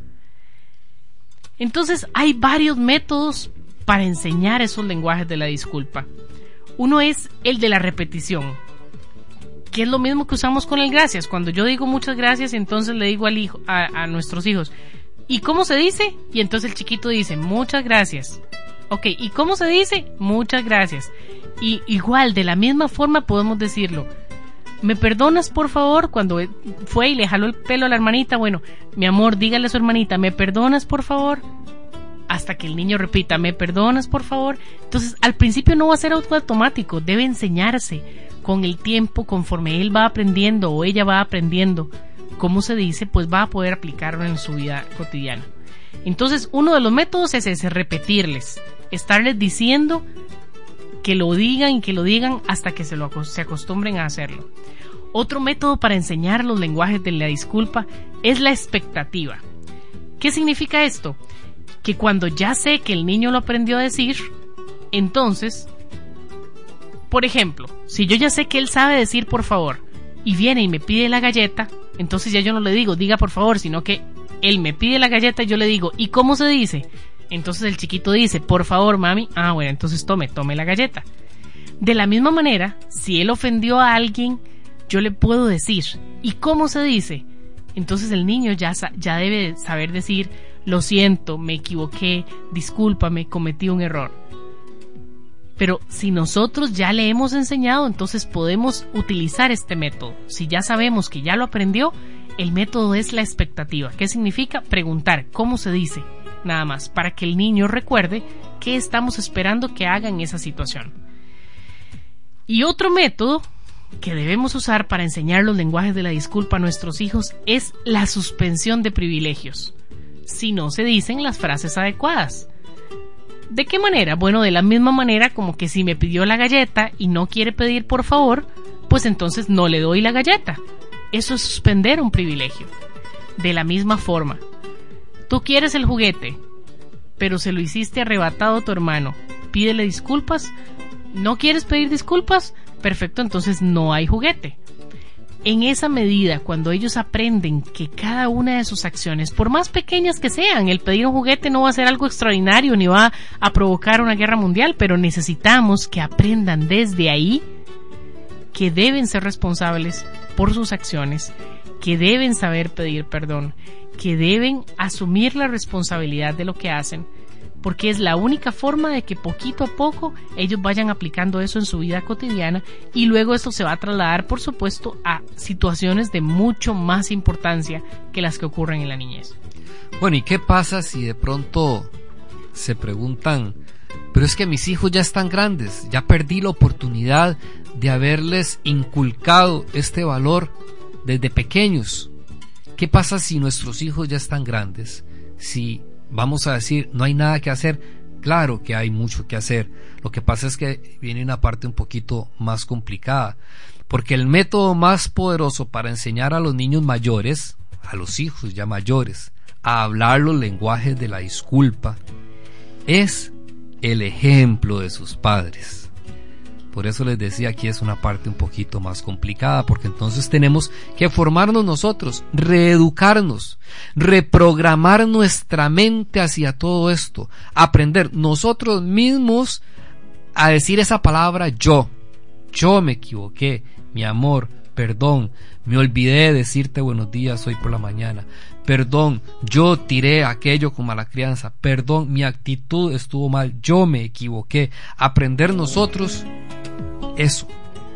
Entonces hay varios métodos para enseñar esos lenguajes de la disculpa. Uno es el de la repetición, que es lo mismo que usamos con el gracias. Cuando yo digo muchas gracias, entonces le digo al hijo, a, a nuestros hijos, ¿y cómo se dice? Y entonces el chiquito dice, muchas gracias. Ok, ¿y cómo se dice? Muchas gracias. Y igual, de la misma forma podemos decirlo. ¿Me perdonas, por favor? Cuando fue y le jaló el pelo a la hermanita, bueno, mi amor, dígale a su hermanita, ¿me perdonas, por favor? Hasta que el niño repita, ¿me perdonas, por favor? Entonces, al principio no va a ser automático, debe enseñarse con el tiempo, conforme él va aprendiendo o ella va aprendiendo cómo se dice, pues va a poder aplicarlo en su vida cotidiana. Entonces, uno de los métodos es ese, repetirles, estarles diciendo que lo digan y que lo digan hasta que se, lo, se acostumbren a hacerlo. Otro método para enseñar los lenguajes de la disculpa es la expectativa. ¿Qué significa esto? Que cuando ya sé que el niño lo aprendió a decir, entonces, por ejemplo, si yo ya sé que él sabe decir por favor y viene y me pide la galleta, entonces ya yo no le digo diga por favor, sino que él me pide la galleta y yo le digo ¿y cómo se dice? Entonces el chiquito dice, por favor, mami. Ah, bueno, entonces tome, tome la galleta. De la misma manera, si él ofendió a alguien, yo le puedo decir, ¿y cómo se dice? Entonces el niño ya, ya debe saber decir, lo siento, me equivoqué, discúlpame, cometí un error. Pero si nosotros ya le hemos enseñado, entonces podemos utilizar este método. Si ya sabemos que ya lo aprendió, el método es la expectativa. ¿Qué significa? Preguntar, ¿cómo se dice? Nada más, para que el niño recuerde qué estamos esperando que haga en esa situación. Y otro método que debemos usar para enseñar los lenguajes de la disculpa a nuestros hijos es la suspensión de privilegios, si no se dicen las frases adecuadas. ¿De qué manera? Bueno, de la misma manera como que si me pidió la galleta y no quiere pedir por favor, pues entonces no le doy la galleta. Eso es suspender un privilegio. De la misma forma, tú quieres el juguete, pero se lo hiciste arrebatado a tu hermano. Pídele disculpas. ¿No quieres pedir disculpas? Perfecto, entonces no hay juguete. En esa medida, cuando ellos aprenden que cada una de sus acciones, por más pequeñas que sean, el pedir un juguete no va a ser algo extraordinario ni va a provocar una guerra mundial, pero necesitamos que aprendan desde ahí que deben ser responsables por sus acciones, que deben saber pedir perdón, que deben asumir la responsabilidad de lo que hacen, porque es la única forma de que poquito a poco ellos vayan aplicando eso en su vida cotidiana y luego esto se va a trasladar, por supuesto, a situaciones de mucho más importancia que las que ocurren en la niñez. Bueno, ¿y qué pasa si de pronto se preguntan, pero es que mis hijos ya están grandes, ya perdí la oportunidad de haberles inculcado este valor desde pequeños? ¿Qué pasa si nuestros hijos ya están grandes? Si vamos a decir, no hay nada que hacer. Claro que hay mucho que hacer. Lo que pasa es que viene una parte un poquito más complicada, porque el método más poderoso para enseñar a los niños mayores, a los hijos ya mayores, a hablar los lenguajes de la disculpa, es el ejemplo de sus padres. Por eso les decía que es una parte un poquito más complicada, porque entonces tenemos que formarnos nosotros, reeducarnos, reprogramar nuestra mente hacia todo esto, aprender nosotros mismos a decir esa palabra yo. Yo me equivoqué, mi amor, perdón, me olvidé de decirte buenos días hoy por la mañana. Perdón, yo tiré aquello con mala crianza. Perdón, mi actitud estuvo mal, yo me equivoqué. Aprender nosotros eso.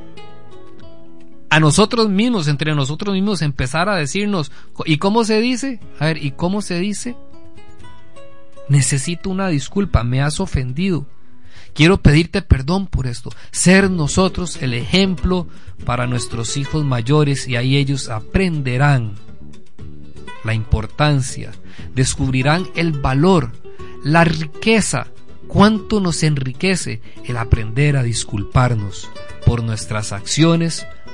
A nosotros mismos, entre nosotros mismos, empezar a decirnos, ¿y cómo se dice? A ver, ¿y cómo se dice? Necesito una disculpa, me has ofendido. Quiero pedirte perdón por esto. Ser nosotros el ejemplo para nuestros hijos mayores, y ahí ellos aprenderán la importancia, descubrirán el valor, la riqueza, cuánto nos enriquece el aprender a disculparnos por nuestras acciones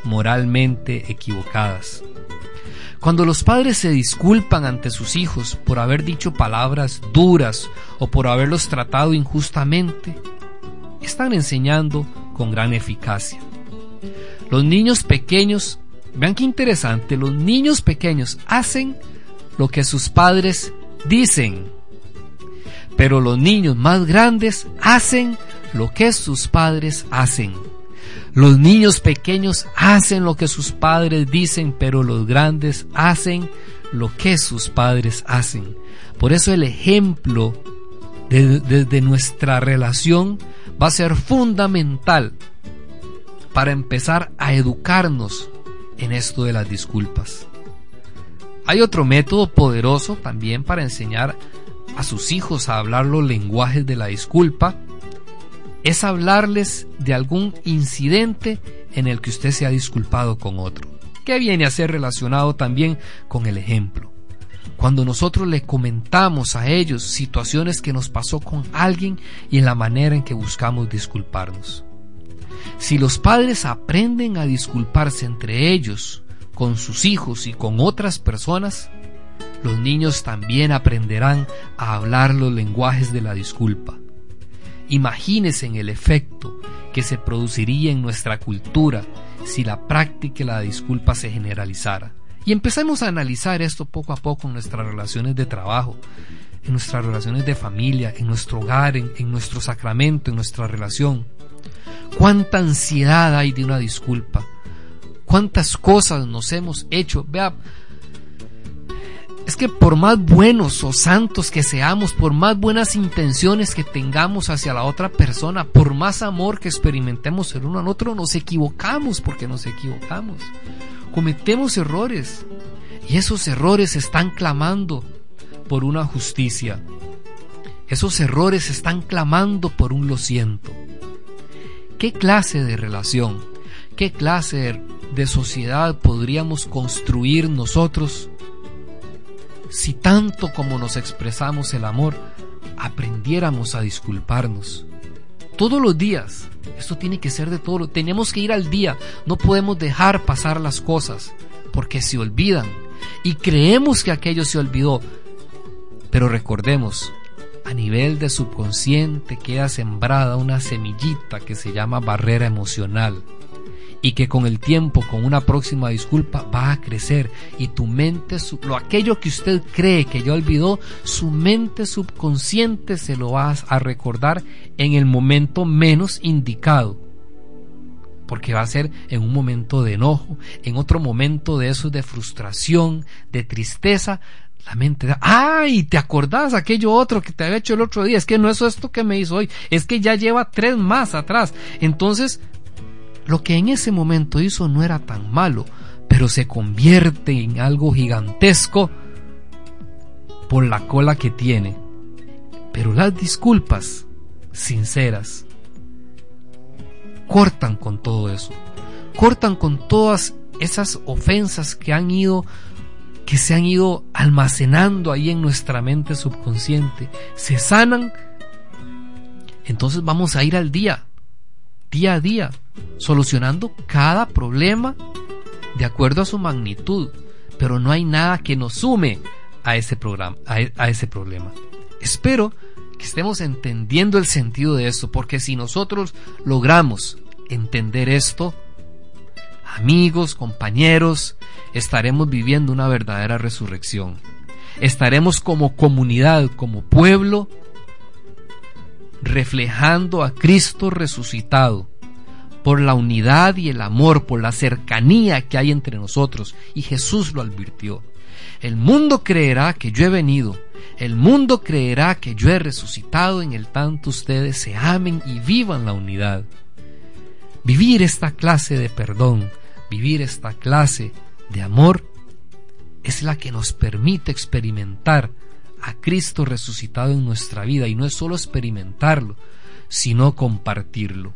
moralmente equivocadas. Cuando los padres se disculpan ante sus hijos por haber dicho palabras duras o por haberlos tratado injustamente, están enseñando con gran eficacia. Los niños pequeños, vean qué interesante, los niños pequeños hacen lo que sus padres dicen, pero los niños más grandes hacen lo que sus padres hacen. Los niños pequeños hacen lo que sus padres dicen, pero los grandes hacen lo que sus padres hacen. Por eso el ejemplo desde de, de nuestra relación va a ser fundamental para empezar a educarnos en esto de las disculpas. Hay otro método poderoso también para enseñar a sus hijos a hablar los lenguajes de la disculpa. Es hablarles de algún incidente en el que usted se ha disculpado con otro, que viene a ser relacionado también con el ejemplo. Cuando nosotros le comentamos a ellos situaciones que nos pasó con alguien y en la manera en que buscamos disculparnos. Si los padres aprenden a disculparse entre ellos, con sus hijos y con otras personas, los niños también aprenderán a hablar los lenguajes de la disculpa. Imagínense en el efecto que se produciría en nuestra cultura si la práctica de la disculpa se generalizara. Y empecemos a analizar esto poco a poco en nuestras relaciones de trabajo, en nuestras relaciones de familia, en nuestro hogar, en, en nuestro sacramento, en nuestra relación. ¿Cuánta ansiedad hay de una disculpa? ¿Cuántas cosas nos hemos hecho? Vea, es que por más buenos o santos que seamos, por más buenas intenciones que tengamos hacia la otra persona, por más amor que experimentemos el uno al otro, nos equivocamos porque nos equivocamos. Cometemos errores y esos errores están clamando por una justicia. Esos errores están clamando por un lo siento. ¿Qué clase de relación, qué clase de, de sociedad podríamos construir nosotros si tanto como nos expresamos el amor, aprendiéramos a disculparnos? Todos los días, esto tiene que ser de todo, tenemos que ir al día, no podemos dejar pasar las cosas, porque se olvidan, y creemos que aquello se olvidó, pero recordemos, a nivel de subconsciente queda sembrada una semillita que se llama barrera emocional, y que con el tiempo, con una próxima disculpa, va a crecer y tu mente, lo aquello que usted cree que ya olvidó, su mente subconsciente se lo va a recordar en el momento menos indicado, porque va a ser en un momento de enojo, en otro momento de esos de frustración, de tristeza. La mente da, ¡ay! ¿Te acordás aquello otro que te había hecho el otro día? Es que no es esto que me hizo hoy, es que ya lleva tres más atrás. Entonces, lo que en ese momento hizo no era tan malo, pero se convierte en algo gigantesco por la cola que tiene. Pero las disculpas sinceras cortan con todo eso, cortan con todas esas ofensas que han ido, que se han ido almacenando ahí en nuestra mente subconsciente, se sanan. Entonces vamos a ir al día, día a día, solucionando cada problema de acuerdo a su magnitud, pero no hay nada que nos sume a ese programa, a, a ese problema. Espero que estemos entendiendo el sentido de esto, porque si nosotros logramos entender esto, amigos, compañeros, estaremos viviendo una verdadera resurrección. Estaremos como comunidad, como pueblo, reflejando a Cristo resucitado, por la unidad y el amor, por la cercanía que hay entre nosotros. Y Jesús lo advirtió: el mundo creerá que yo he venido, el mundo creerá que yo he resucitado, en el tanto ustedes se amen y vivan la unidad. Vivir esta clase de perdón, vivir esta clase de amor, es la que nos permite experimentar a Cristo resucitado en nuestra vida, y no es solo experimentarlo, sino compartirlo.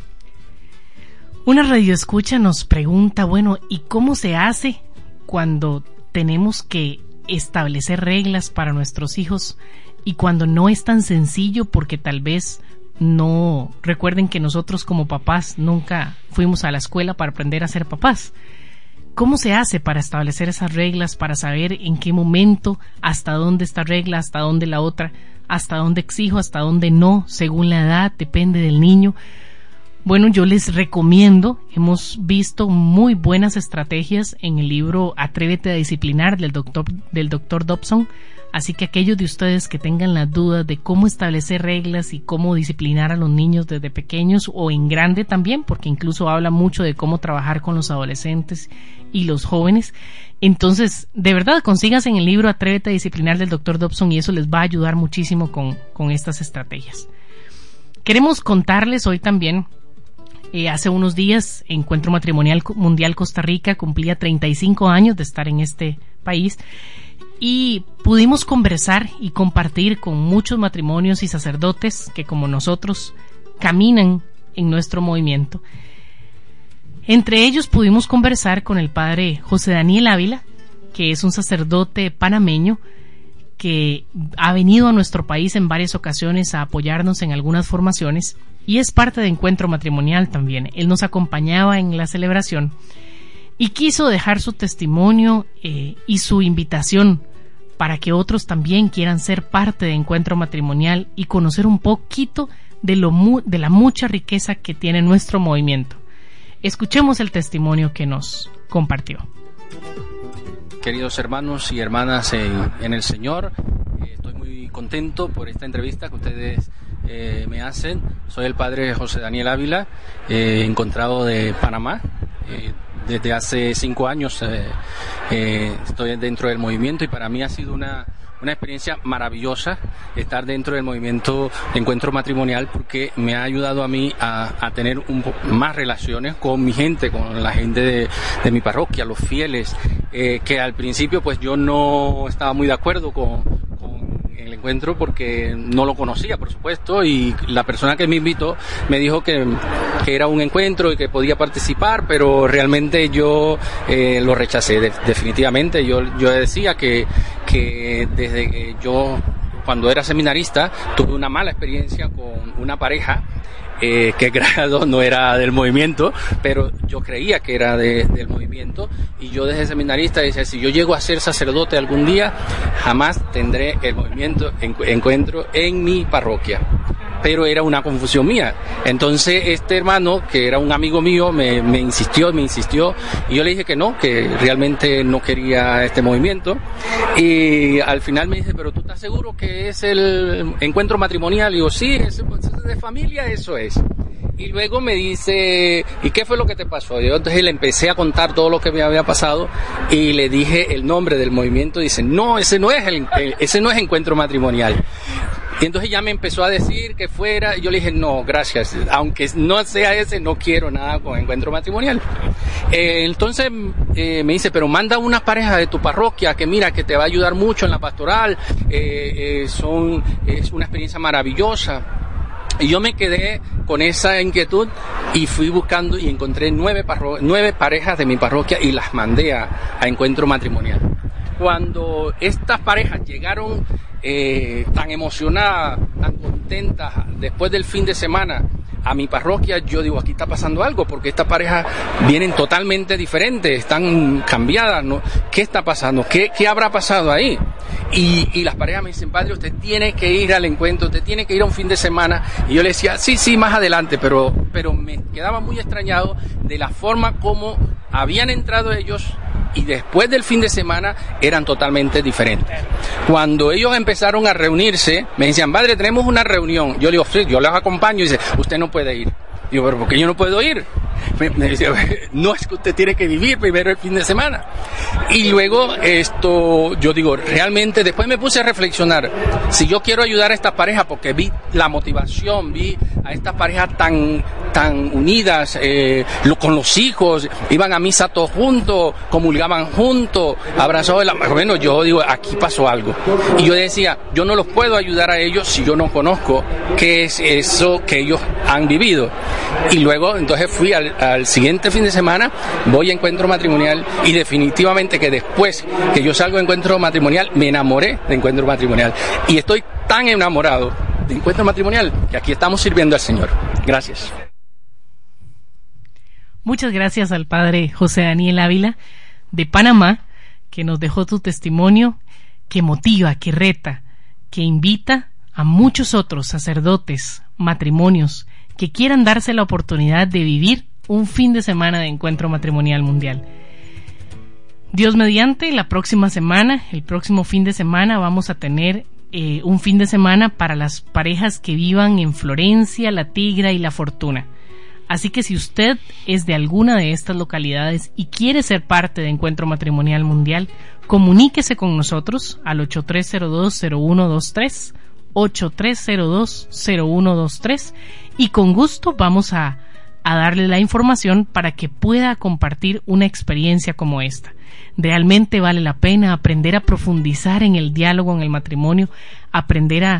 Una radioescucha nos pregunta, bueno, ¿y cómo se hace cuando tenemos que establecer reglas para nuestros hijos y cuando no es tan sencillo porque tal vez no recuerden que nosotros como papás nunca fuimos a la escuela para aprender a ser papás. ¿Cómo se hace para establecer esas reglas, para saber en qué momento, hasta dónde esta regla, hasta dónde la otra, hasta dónde exijo, hasta dónde no, según la edad, depende del niño? Bueno, yo les recomiendo, hemos visto muy buenas estrategias en el libro Atrévete a disciplinar del doctor, del doctor Dobson, así que aquellos de ustedes que tengan la duda de cómo establecer reglas y cómo disciplinar a los niños desde pequeños o en grande también, porque incluso habla mucho de cómo trabajar con los adolescentes y los jóvenes, entonces de verdad consíganse en el libro Atrévete a disciplinar del doctor Dobson y eso les va a ayudar muchísimo con, con estas estrategias. Queremos contarles hoy también, Eh, hace unos días, Encuentro Matrimonial Mundial Costa Rica cumplía treinta y cinco años de estar en este país y pudimos conversar y compartir con muchos matrimonios y sacerdotes que, como nosotros, caminan en nuestro movimiento. Entre ellos pudimos conversar con el padre José Daniel Ávila, que es un sacerdote panameño que ha venido a nuestro país en varias ocasiones a apoyarnos en algunas formaciones y es parte de Encuentro Matrimonial también. Él nos acompañaba en la celebración y quiso dejar su testimonio eh, y su invitación para que otros también quieran ser parte de Encuentro Matrimonial y conocer un poquito de, lo mu- de la mucha riqueza que tiene nuestro movimiento. Escuchemos el testimonio que nos compartió. Queridos hermanos y hermanas en, en el Señor, eh, estoy muy contento por esta entrevista que ustedes eh, me hacen. Soy el padre José Daniel Ávila, eh, encontrado de Panamá. Eh, desde hace cinco años eh, eh, estoy dentro del movimiento y para mí ha sido una Una experiencia maravillosa estar dentro del movimiento de Encuentro Matrimonial porque me ha ayudado a mí a, a tener un po- más relaciones con mi gente, con la gente de, de mi parroquia, los fieles, eh, que al principio pues yo no estaba muy de acuerdo con, con el encuentro porque no lo conocía, por supuesto, y la persona que me invitó me dijo que, que era un encuentro y que podía participar, pero realmente yo eh, lo rechacé de, definitivamente. Yo, yo decía que que desde que yo, cuando era seminarista, tuve una mala experiencia con una pareja eh, que grado no era del movimiento, pero yo creía que era de, del movimiento, y yo desde seminarista decía, si yo llego a ser sacerdote algún día, jamás tendré el movimiento en, encuentro en mi parroquia. Pero era una confusión mía. Entonces este hermano, que era un amigo mío, me, me insistió, me insistió, y yo le dije que no, que realmente no quería este movimiento, y al final me dice, pero ¿tú estás seguro que es el encuentro matrimonial? Y digo, sí, es, es de familia, eso es. Y luego me dice, ¿y qué fue lo que te pasó? Yo entonces le empecé a contar todo lo que me había pasado y le dije el nombre del movimiento. Dice, no, ese no es el, ese no es Encuentro Matrimonial. Y entonces ya me empezó a decir que fuera, y yo le dije, no, gracias, aunque no sea ese, no quiero nada con Encuentro Matrimonial. Eh, entonces eh, me dice, pero manda una pareja de tu parroquia que mira, que te va a ayudar mucho en la pastoral, eh, eh, son, es una experiencia maravillosa. Y yo me quedé con esa inquietud y fui buscando y encontré nueve, parro- nueve parejas de mi parroquia y las mandé a, a Encuentro Matrimonial. Cuando estas parejas llegaron eh, tan emocionadas, tan contentas, después del fin de semana a mi parroquia, yo digo, aquí está pasando algo, porque estas parejas vienen totalmente diferentes, están cambiadas, ¿no? ¿Qué está pasando? ¿Qué, qué habrá pasado ahí? Y, y las parejas me dicen, padre, usted tiene que ir al encuentro, usted tiene que ir a un fin de semana. Y yo le decía, sí, sí, más adelante, pero, pero me quedaba muy extrañado de la forma como habían entrado ellos y después del fin de semana eran totalmente diferentes. Cuando ellos empezaron a reunirse, me decían, padre, tenemos una reunión. Yo le digo, sí, yo les acompaño. Y dice, usted no puede ir. Digo, pero ¿por qué yo no puedo ir? Me, me decía, no, es que usted tiene que vivir primero el fin de semana. Y luego esto, yo digo, realmente después me puse a reflexionar, si yo quiero ayudar a esta pareja, porque vi la motivación, vi a estas parejas tan, tan unidas, eh, lo, con los hijos, iban a misa todos juntos, comulgaban juntos, abrazados de la mano. Bueno, yo digo, aquí pasó algo. Y yo decía, yo no los puedo ayudar a ellos si yo no conozco qué es eso que ellos han vivido. Y luego entonces fui al, al siguiente fin de semana, voy a Encuentro Matrimonial, y definitivamente que después que yo salgo de Encuentro Matrimonial me enamoré de Encuentro Matrimonial, y estoy tan enamorado de Encuentro Matrimonial, que aquí estamos sirviendo al Señor. Gracias. Muchas gracias al padre José Daniel Ávila de Panamá, que nos dejó tu testimonio que motiva, que reta, que invita a muchos otros sacerdotes, matrimonios, que quieran darse la oportunidad de vivir un fin de semana de Encuentro Matrimonial Mundial. Dios mediante, la próxima semana, el próximo fin de semana, vamos a tener eh, un fin de semana para las parejas que vivan en Florencia, La Tigra y La Fortuna. Así que si usted es de alguna de estas localidades y quiere ser parte de Encuentro Matrimonial Mundial, comuníquese con nosotros al ocho tres cero dos cero uno dos tres, ocho tres cero dos cero uno dos tres, y con gusto vamos a, a darle la información para que pueda compartir una experiencia como esta. Realmente vale la pena aprender a profundizar en el diálogo en el matrimonio, aprender a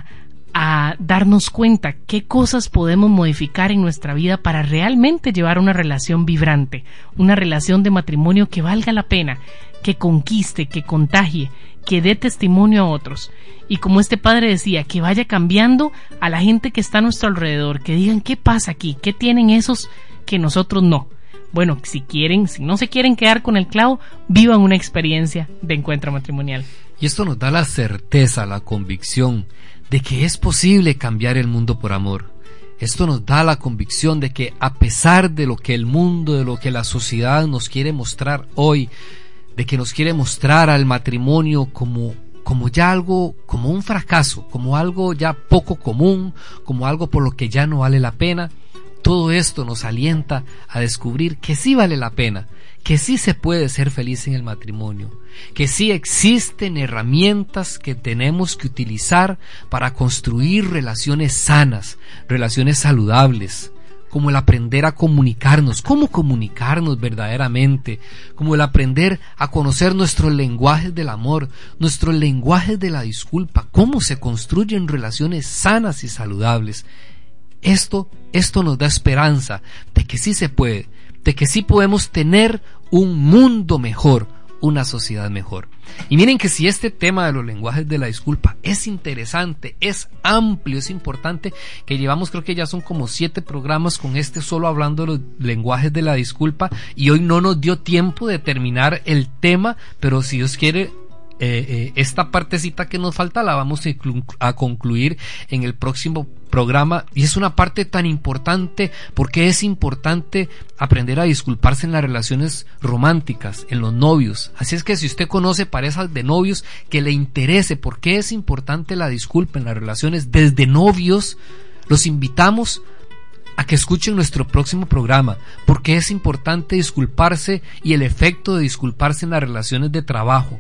a darnos cuenta qué cosas podemos modificar en nuestra vida para realmente llevar una relación vibrante, una relación de matrimonio que valga la pena, que conquiste, que contagie, que dé testimonio a otros. Y como este padre decía, que vaya cambiando a la gente que está a nuestro alrededor, que digan qué pasa aquí, qué tienen esos que nosotros no. Bueno, si quieren, si no se quieren quedar con el clavo, vivan una experiencia de encuentro matrimonial. Y esto nos da la certeza, la convicción de que es posible cambiar el mundo por amor. Esto nos da la convicción de que a pesar de lo que el mundo, de lo que la sociedad nos quiere mostrar hoy, de que nos quiere mostrar al matrimonio como, como ya algo, como un fracaso, como algo ya poco común, como algo por lo que ya no vale la pena, todo esto nos alienta a descubrir que sí vale la pena, que sí se puede ser feliz en el matrimonio, que sí existen herramientas que tenemos que utilizar para construir relaciones sanas, relaciones saludables, como el aprender a comunicarnos, cómo comunicarnos verdaderamente, como el aprender a conocer nuestros lenguajes del amor, nuestros lenguajes de la disculpa, cómo se construyen relaciones sanas y saludables. Esto, esto nos da esperanza de que sí se puede, de que sí podemos tener un mundo mejor, una sociedad mejor. Y miren que si este tema de los lenguajes de la disculpa es interesante, es amplio, es importante, que llevamos, creo que ya son como siete programas con este solo hablando de los lenguajes de la disculpa, y hoy no nos dio tiempo de terminar el tema, pero si Dios quiere, Eh, eh, esta partecita que nos falta la vamos a, a concluir en el próximo programa, y es una parte tan importante porque es importante aprender a disculparse en las relaciones románticas, en los novios. Así es que si usted conoce parejas de novios que le interese por qué es importante la disculpa en las relaciones desde novios, los invitamos a que escuchen nuestro próximo programa, porque es importante disculparse y el efecto de disculparse en las relaciones de trabajo.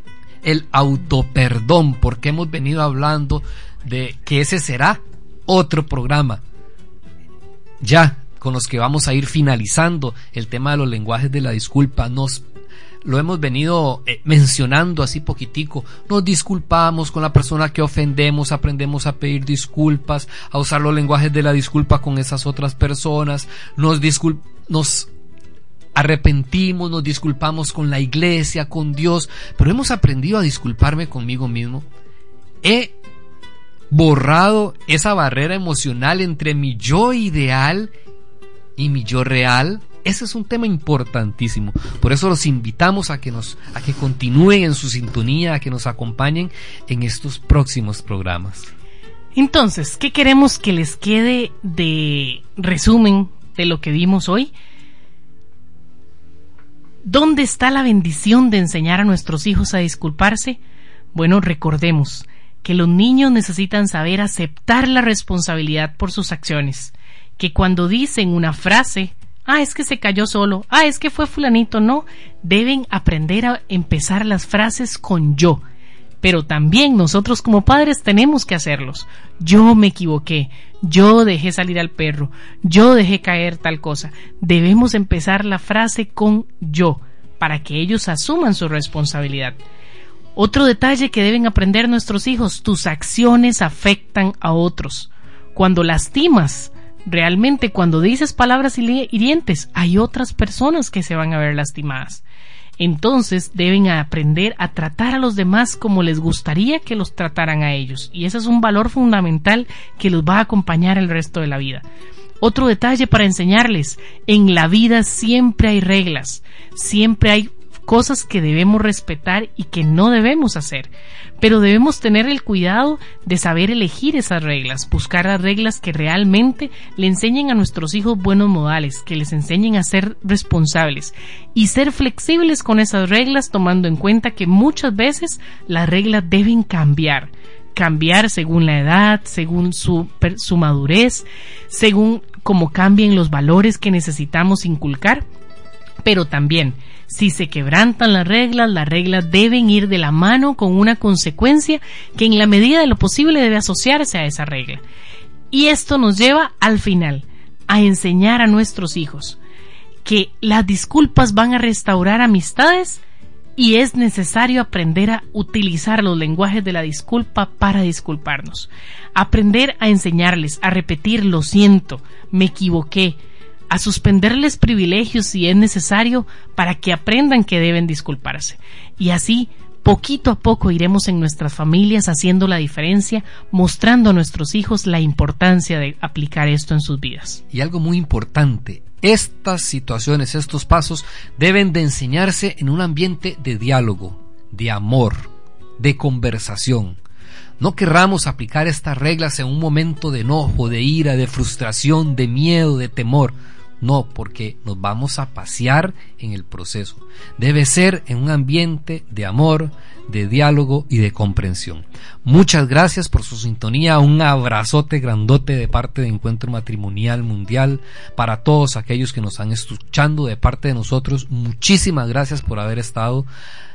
El autoperdón, porque hemos venido hablando de que ese será otro programa ya con los que vamos a ir finalizando el tema de los lenguajes de la disculpa. Nos lo hemos venido eh, mencionando así poquitico. Nos disculpamos con la persona que ofendemos, aprendemos a pedir disculpas, a usar los lenguajes de la disculpa con esas otras personas, nos disculpamos, nos arrepentimos, nos disculpamos con la iglesia, con Dios, pero hemos aprendido a disculparme conmigo mismo. He borrado esa barrera emocional entre mi yo ideal y mi yo real. Ese es un tema importantísimo. Por eso los invitamos a que nos, a que continúen en su sintonía, a que nos acompañen en estos próximos programas. Entonces, ¿qué queremos que les quede de resumen de lo que vimos hoy? ¿Dónde está la bendición de enseñar a nuestros hijos a disculparse? Bueno, recordemos que los niños necesitan saber aceptar la responsabilidad por sus acciones, que cuando dicen una frase, ah, es que se cayó solo, ah, es que fue fulanito, no, deben aprender a empezar las frases con yo. Pero también nosotros como padres tenemos que hacerlos. Yo me equivoqué, yo dejé salir al perro, yo dejé caer tal cosa. Debemos empezar la frase con yo, para que ellos asuman su responsabilidad. Otro detalle que deben aprender nuestros hijos: tus acciones afectan a otros. Cuando lastimas, realmente cuando dices palabras hirientes, hay otras personas que se van a ver lastimadas. Entonces deben aprender a tratar a los demás como les gustaría que los trataran a ellos. Y ese es un valor fundamental que los va a acompañar el resto de la vida. Otro detalle para enseñarles: en la vida siempre hay reglas, siempre hay cosas que debemos respetar y que no debemos hacer, pero debemos tener el cuidado de saber elegir esas reglas, buscar las reglas que realmente le enseñen a nuestros hijos buenos modales, que les enseñen a ser responsables y ser flexibles con esas reglas, tomando en cuenta que muchas veces las reglas deben cambiar. Cambiar según la edad, según su, su madurez, según cómo cambien los valores que necesitamos inculcar. Pero también, si se quebrantan las reglas, las reglas deben ir de la mano con una consecuencia que en la medida de lo posible debe asociarse a esa regla. Y esto nos lleva al final a enseñar a nuestros hijos que las disculpas van a restaurar amistades y es necesario aprender a utilizar los lenguajes de la disculpa para disculparnos. Aprender a enseñarles, a repetir lo siento, me equivoqué, a suspenderles privilegios si es necesario para que aprendan que deben disculparse. Y así, poquito a poco iremos en nuestras familias haciendo la diferencia, mostrando a nuestros hijos la importancia de aplicar esto en sus vidas. Y algo muy importante, estas situaciones, estos pasos deben de enseñarse en un ambiente de diálogo, de amor, de conversación. No querramos aplicar estas reglas en un momento de enojo, de ira, de frustración, de miedo, de temor. No, porque nos vamos a pasear en el proceso. Debe ser en un ambiente de amor, de diálogo y de comprensión. Muchas gracias por su sintonía. Un abrazote grandote de parte de Encuentro Matrimonial Mundial para todos aquellos que nos están escuchando de parte de nosotros. Muchísimas gracias por haber estado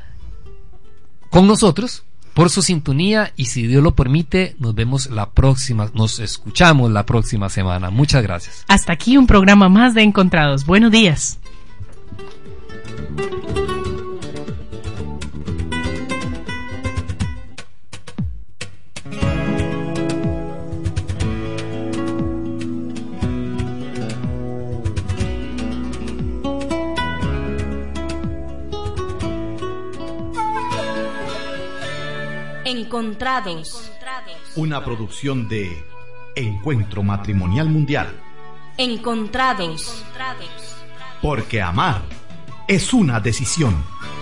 con nosotros, por su sintonía, y si Dios lo permite, nos vemos la próxima, nos escuchamos la próxima semana. Muchas gracias. Hasta aquí un programa más de Encontrados. Buenos días. Encontrados. Una producción de Encuentro Matrimonial Mundial. Encontrados. Porque amar es una decisión.